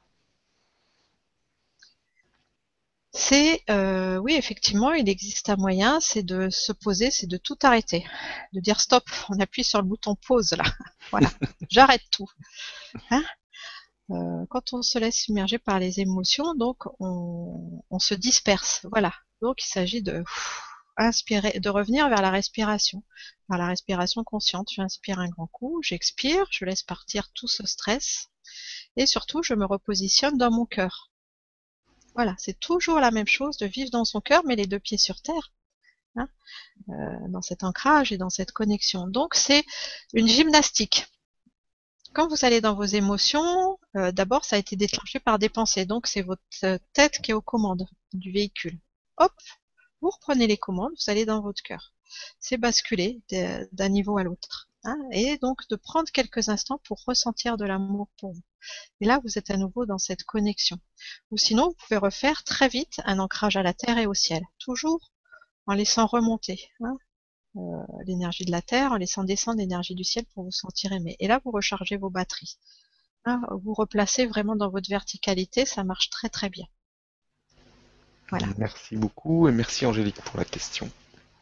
Oui, effectivement, il existe un moyen, c'est de se poser, c'est de tout arrêter, de dire stop, on appuie sur le bouton pause là. Voilà, j'arrête tout, hein. Quand on se laisse submerger par les émotions, donc on se disperse. Voilà. Donc il s'agit de inspirer, de revenir vers la respiration consciente. J'inspire un grand coup, j'expire, je laisse partir tout ce stress et surtout je me repositionne dans mon cœur. Voilà, c'est toujours la même chose de vivre dans son cœur, mais les deux pieds sur terre, hein, dans cet ancrage et dans cette connexion. Donc c'est une gymnastique. Quand vous allez dans vos émotions, d'abord ça a été déclenché par des pensées, donc c'est votre tête qui est aux commandes du véhicule. Hop, vous reprenez les commandes, vous allez dans votre cœur. C'est basculer d'un niveau à l'autre, hein, et donc de prendre quelques instants pour ressentir de l'amour pour vous. Et là, vous êtes à nouveau dans cette connexion. Ou sinon, vous pouvez refaire très vite un ancrage à la terre et au ciel, toujours en laissant remonter, hein, l'énergie de la terre, en laissant descendre l'énergie du ciel pour vous sentir aimé. Et là, vous rechargez vos batteries. Hein, vous replacez vraiment dans votre verticalité, ça marche très très bien. Voilà. Merci beaucoup et merci Angélique pour la question.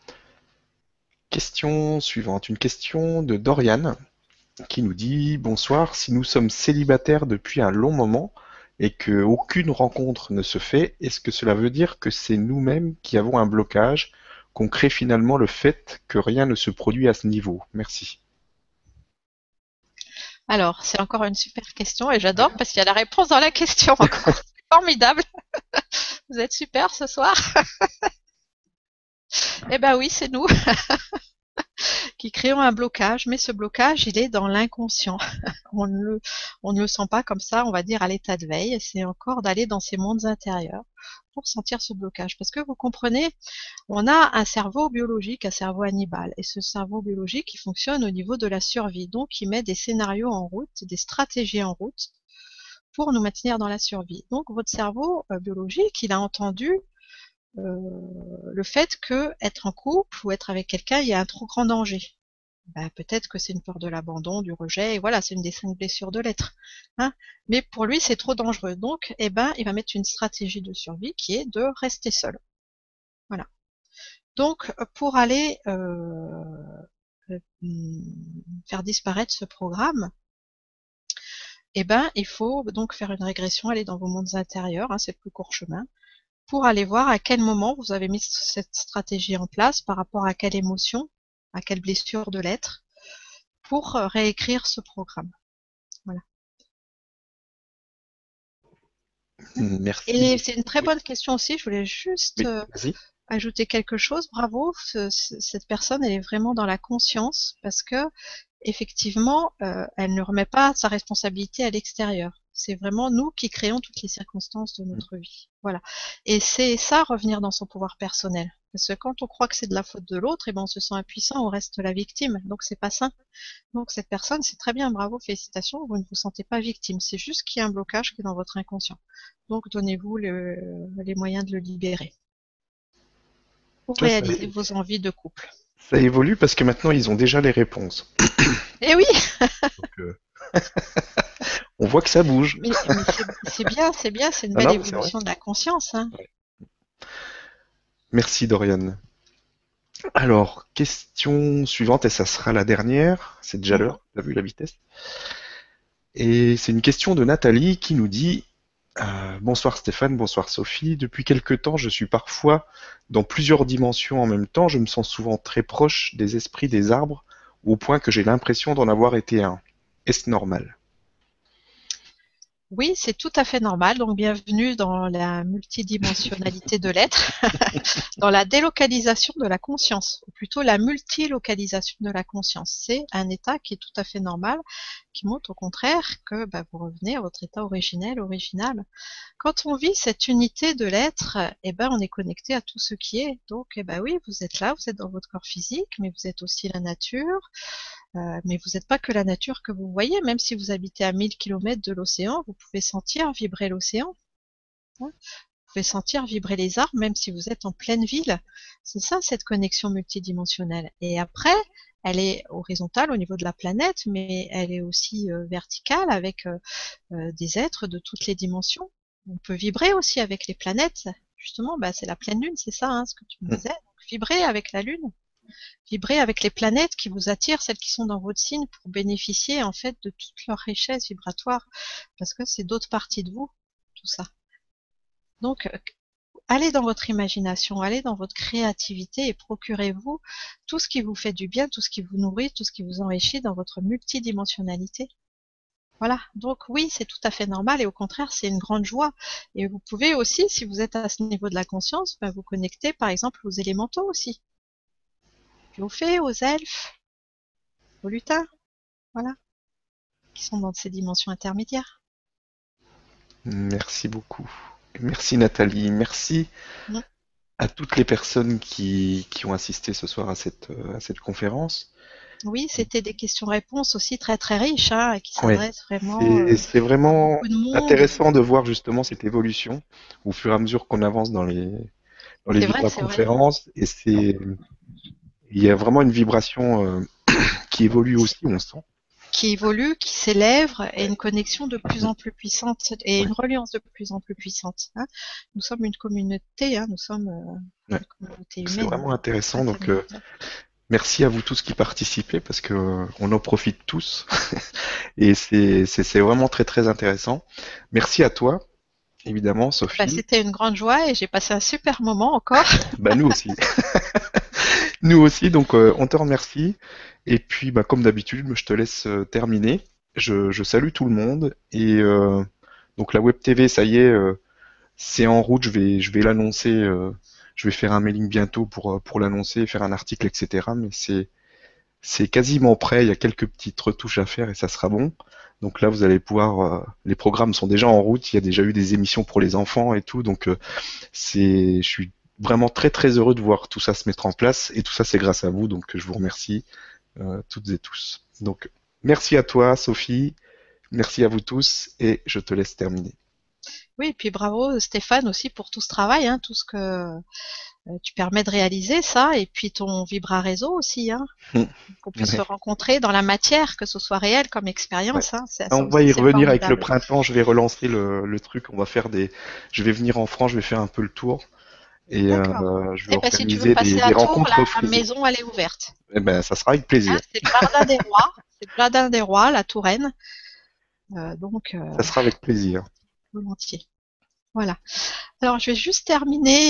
Question suivante, une question de Dorian qui nous dit bonsoir, si nous sommes célibataires depuis un long moment et que aucune rencontre ne se fait, est-ce que cela veut dire que c'est nous-mêmes qui avons un blocage, qu'on crée finalement le fait que rien ne se produit à ce niveau? Merci. Alors, c'est encore une super question et j'adore parce qu'il y a la réponse dans la question encore. C'est formidable. Vous êtes super ce soir. Eh ben oui, c'est nous qui créons un blocage, mais ce blocage, il est dans l'inconscient. On ne le sent pas comme ça, on va dire à l'état de veille. C'est encore d'aller dans ces mondes intérieurs pour sentir ce blocage. Parce que vous comprenez, on a un cerveau biologique, un cerveau animal. Et ce cerveau biologique, il fonctionne au niveau de la survie. Donc, il met des scénarios en route, des stratégies en route pour nous maintenir dans la survie. Donc, votre cerveau biologique, il a entendu le fait que être en couple ou être avec quelqu'un, il y a un trop grand danger. Ben, peut-être que c'est une peur de l'abandon, du rejet, et voilà, c'est une des 5 blessures de l'être. Hein. Mais pour lui, c'est trop dangereux. Donc, eh ben, il va mettre une stratégie de survie qui est de rester seul. Voilà. Donc, pour aller faire disparaître ce programme, eh ben, il faut donc faire une régression, aller dans vos mondes intérieurs, hein, c'est le plus court chemin, pour aller voir à quel moment vous avez mis cette stratégie en place, par rapport à quelle émotion, à quelle blessure de l'être, pour réécrire ce programme. Voilà. Merci Et beaucoup. c'est une très Oui, bonne question aussi, je voulais juste oui, vas-y. ajouter quelque chose. Bravo, cette personne, elle est vraiment dans la conscience parce que effectivement, elle ne remet pas sa responsabilité à l'extérieur. C'est vraiment nous qui créons toutes les circonstances de notre vie. Voilà. Et c'est ça, revenir dans son pouvoir personnel. Parce que quand on croit que c'est de la faute de l'autre, et ben on se sent impuissant, on reste la victime. Donc c'est pas sain. Donc cette personne, c'est très bien, bravo, félicitations, vous ne vous sentez pas victime. C'est juste qu'il y a un blocage qui est dans votre inconscient. Donc donnez-vous les moyens de le libérer pour Ça, ça, réaliser vos envies de couple. ça évolue parce que maintenant ils ont déjà les réponses. Eh oui, Donc, on voit que ça bouge. mais c'est bien, c'est une Ah belle non, mais c'est vrai. évolution de la conscience. Hein. Ouais. Merci Dorian. Alors, question suivante, et ça sera la dernière. C'est déjà Mhm. l'heure, t'as vu la vitesse? Et c'est une question de Nathalie qui nous dit bonsoir Stéphane, bonsoir Sophie. Depuis quelque temps, je suis parfois dans plusieurs dimensions en même temps. Je me sens souvent très proche des esprits des arbres, au point que j'ai l'impression d'en avoir été un. Est-ce normal? Oui, c'est tout à fait normal. Donc, bienvenue dans la multidimensionnalité de l'être, dans la délocalisation de la conscience, ou plutôt la multilocalisation de la conscience. C'est un état qui est tout à fait normal, qui montre au contraire que bah, vous revenez à votre état originel, original. Quand on vit cette unité de l'être, eh ben, on est connecté à tout ce qui est. Donc, eh ben oui, vous êtes là, vous êtes dans votre corps physique, mais vous êtes aussi la nature. Mais vous n'êtes pas que la nature que vous voyez, même si vous habitez à 1000 kilomètres de l'océan, vous pouvez sentir vibrer l'océan. Hein. Vous pouvez sentir vibrer les arbres, même si vous êtes en pleine ville. C'est ça, cette connexion multidimensionnelle. Et après, elle est horizontale au niveau de la planète, mais elle est aussi verticale avec des êtres de toutes les dimensions. On peut vibrer aussi avec les planètes. Justement, bah, c'est la pleine lune, c'est ça, hein, ce que tu me disais. Donc, vibrer avec la lune, vibrer avec les planètes qui vous attirent, celles qui sont dans votre signe, pour bénéficier en fait de toute leur richesse vibratoire, parce que c'est d'autres parties de vous, tout ça. Donc allez dans votre imagination, allez dans votre créativité et procurez-vous tout ce qui vous fait du bien, tout ce qui vous nourrit, tout ce qui vous enrichit dans votre multidimensionnalité. Voilà, donc oui, c'est tout à fait normal et au contraire, c'est une grande joie. Et vous pouvez aussi, si vous êtes à ce niveau de la conscience, vous connecter par exemple aux élémentaux aussi, aux fées, aux elfes, aux lutins, voilà, qui sont dans ces dimensions intermédiaires. Merci beaucoup. Merci Nathalie. Merci Mm. à toutes les personnes qui ont assisté ce soir à cette conférence. Oui, c'était des questions-réponses aussi très très riches, hein, et qui Oui, s'adressent vraiment c'est à vraiment beaucoup de monde. intéressant de voir justement cette évolution au fur et à mesure qu'on avance dans les C'est vrai, vibra-conférences. Et il y a vraiment une vibration qui évolue aussi, on sent. qui évolue, qui s'élève, et Ouais, une connexion de plus en plus puissante et ouais, une reliance de plus en plus puissante. Hein. Nous sommes une communauté, hein, nous sommes ouais. une communauté C'est humaine vraiment intéressant. Donc, intermédiaire. merci à vous tous qui participez parce que on en profite tous. Et c'est vraiment très très intéressant. Merci à toi, évidemment, Bah, Sophie. c'était une grande joie et j'ai passé un super moment encore. Bah nous aussi. Nous aussi, donc on te remercie. Et puis, bah, comme d'habitude, je te laisse terminer. Je salue tout le monde. Et donc la Web TV, ça y est, c'est en route. Je vais l'annoncer. Je vais faire un mailing bientôt pour l'annoncer, faire un article, etc. Mais c'est quasiment prêt. Il y a quelques petites retouches à faire et ça sera bon. Donc là, vous allez pouvoir. Les programmes sont déjà en route. Il y a déjà eu des émissions pour les enfants et tout. Donc je suis vraiment très très heureux de voir tout ça se mettre en place et tout ça c'est grâce à vous. Donc je vous remercie toutes et tous. Donc merci à toi, Sophie. Merci à vous tous et je te laisse terminer. Oui, et puis bravo Stéphane aussi pour tout ce travail, hein, tout ce que tu permets de réaliser, ça, et puis ton Vibra Réseau aussi, hein, qu'on puisse se Ouais, rencontrer dans la matière, que ce soit réel comme ouais. expérience, hein, ça On va aussi y c'est revenir avec le formidable. printemps. Je vais relancer le truc. On va faire je vais venir en France. Je vais faire un peu le tour et D'accord. je vais Eh ben si tu veux organiser passer des à Tours, rencontres la frisées. maison elle est ouverte. Eh ben, ça sera avec Hein, plaisir. c'est le jardin des rois, c'est le jardin des rois, la Touraine, donc Ça sera avec plaisir. volontiers. Voilà. Alors, je vais juste terminer,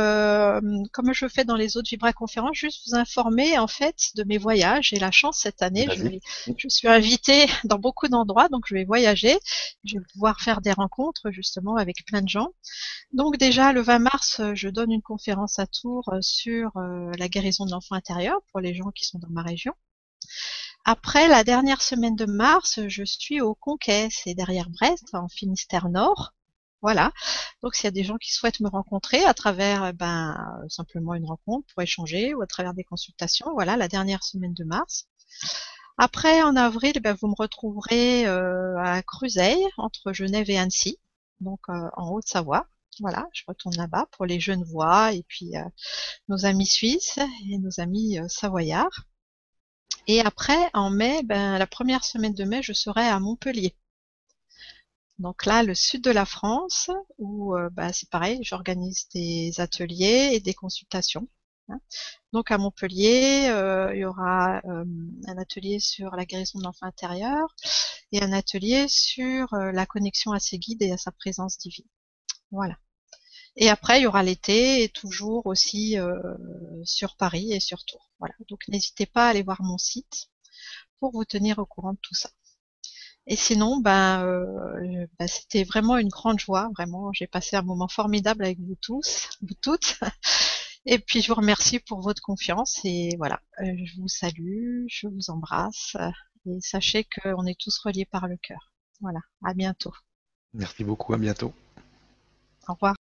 comme je fais dans les autres Vibra-conférences, juste vous informer en fait de mes voyages. J'ai la chance cette année, Vas-y. je suis invitée dans beaucoup d'endroits, donc je vais voyager. Je vais pouvoir faire des rencontres justement avec plein de gens. Donc déjà, le 20 mars, je donne une conférence à Tours sur la guérison de l'enfant intérieur pour les gens qui sont dans ma région. Après, la dernière semaine de mars, je suis au Conquet, c'est derrière Brest, en Finistère Nord. Voilà. Donc, s'il y a des gens qui souhaitent me rencontrer à travers, simplement une rencontre pour échanger ou à travers des consultations, voilà, la dernière semaine de mars. Après, en avril, vous me retrouverez à Cruzeil, entre Genève et Annecy, donc en Haute-Savoie. Voilà, je retourne là-bas pour les Genevois et puis nos amis suisses et nos amis savoyards. Et après, en mai, la première semaine de mai, je serai à Montpellier. Donc là, le sud de la France, où c'est pareil, j'organise des ateliers et des consultations. Hein. Donc à Montpellier, il y aura un atelier sur la guérison de l'enfant intérieur et un atelier sur la connexion à ses guides et à sa présence divine. Voilà. Et après, il y aura l'été et toujours aussi sur Paris et sur Tours. Voilà. Donc n'hésitez pas à aller voir mon site pour vous tenir au courant de tout ça. Et sinon, c'était vraiment une grande joie, vraiment. J'ai passé un moment formidable avec vous tous, vous toutes. Et puis je vous remercie pour votre confiance et voilà, je vous salue, je vous embrasse et sachez qu'on est tous reliés par le cœur. Voilà, à bientôt. Merci beaucoup. À bientôt. Au revoir.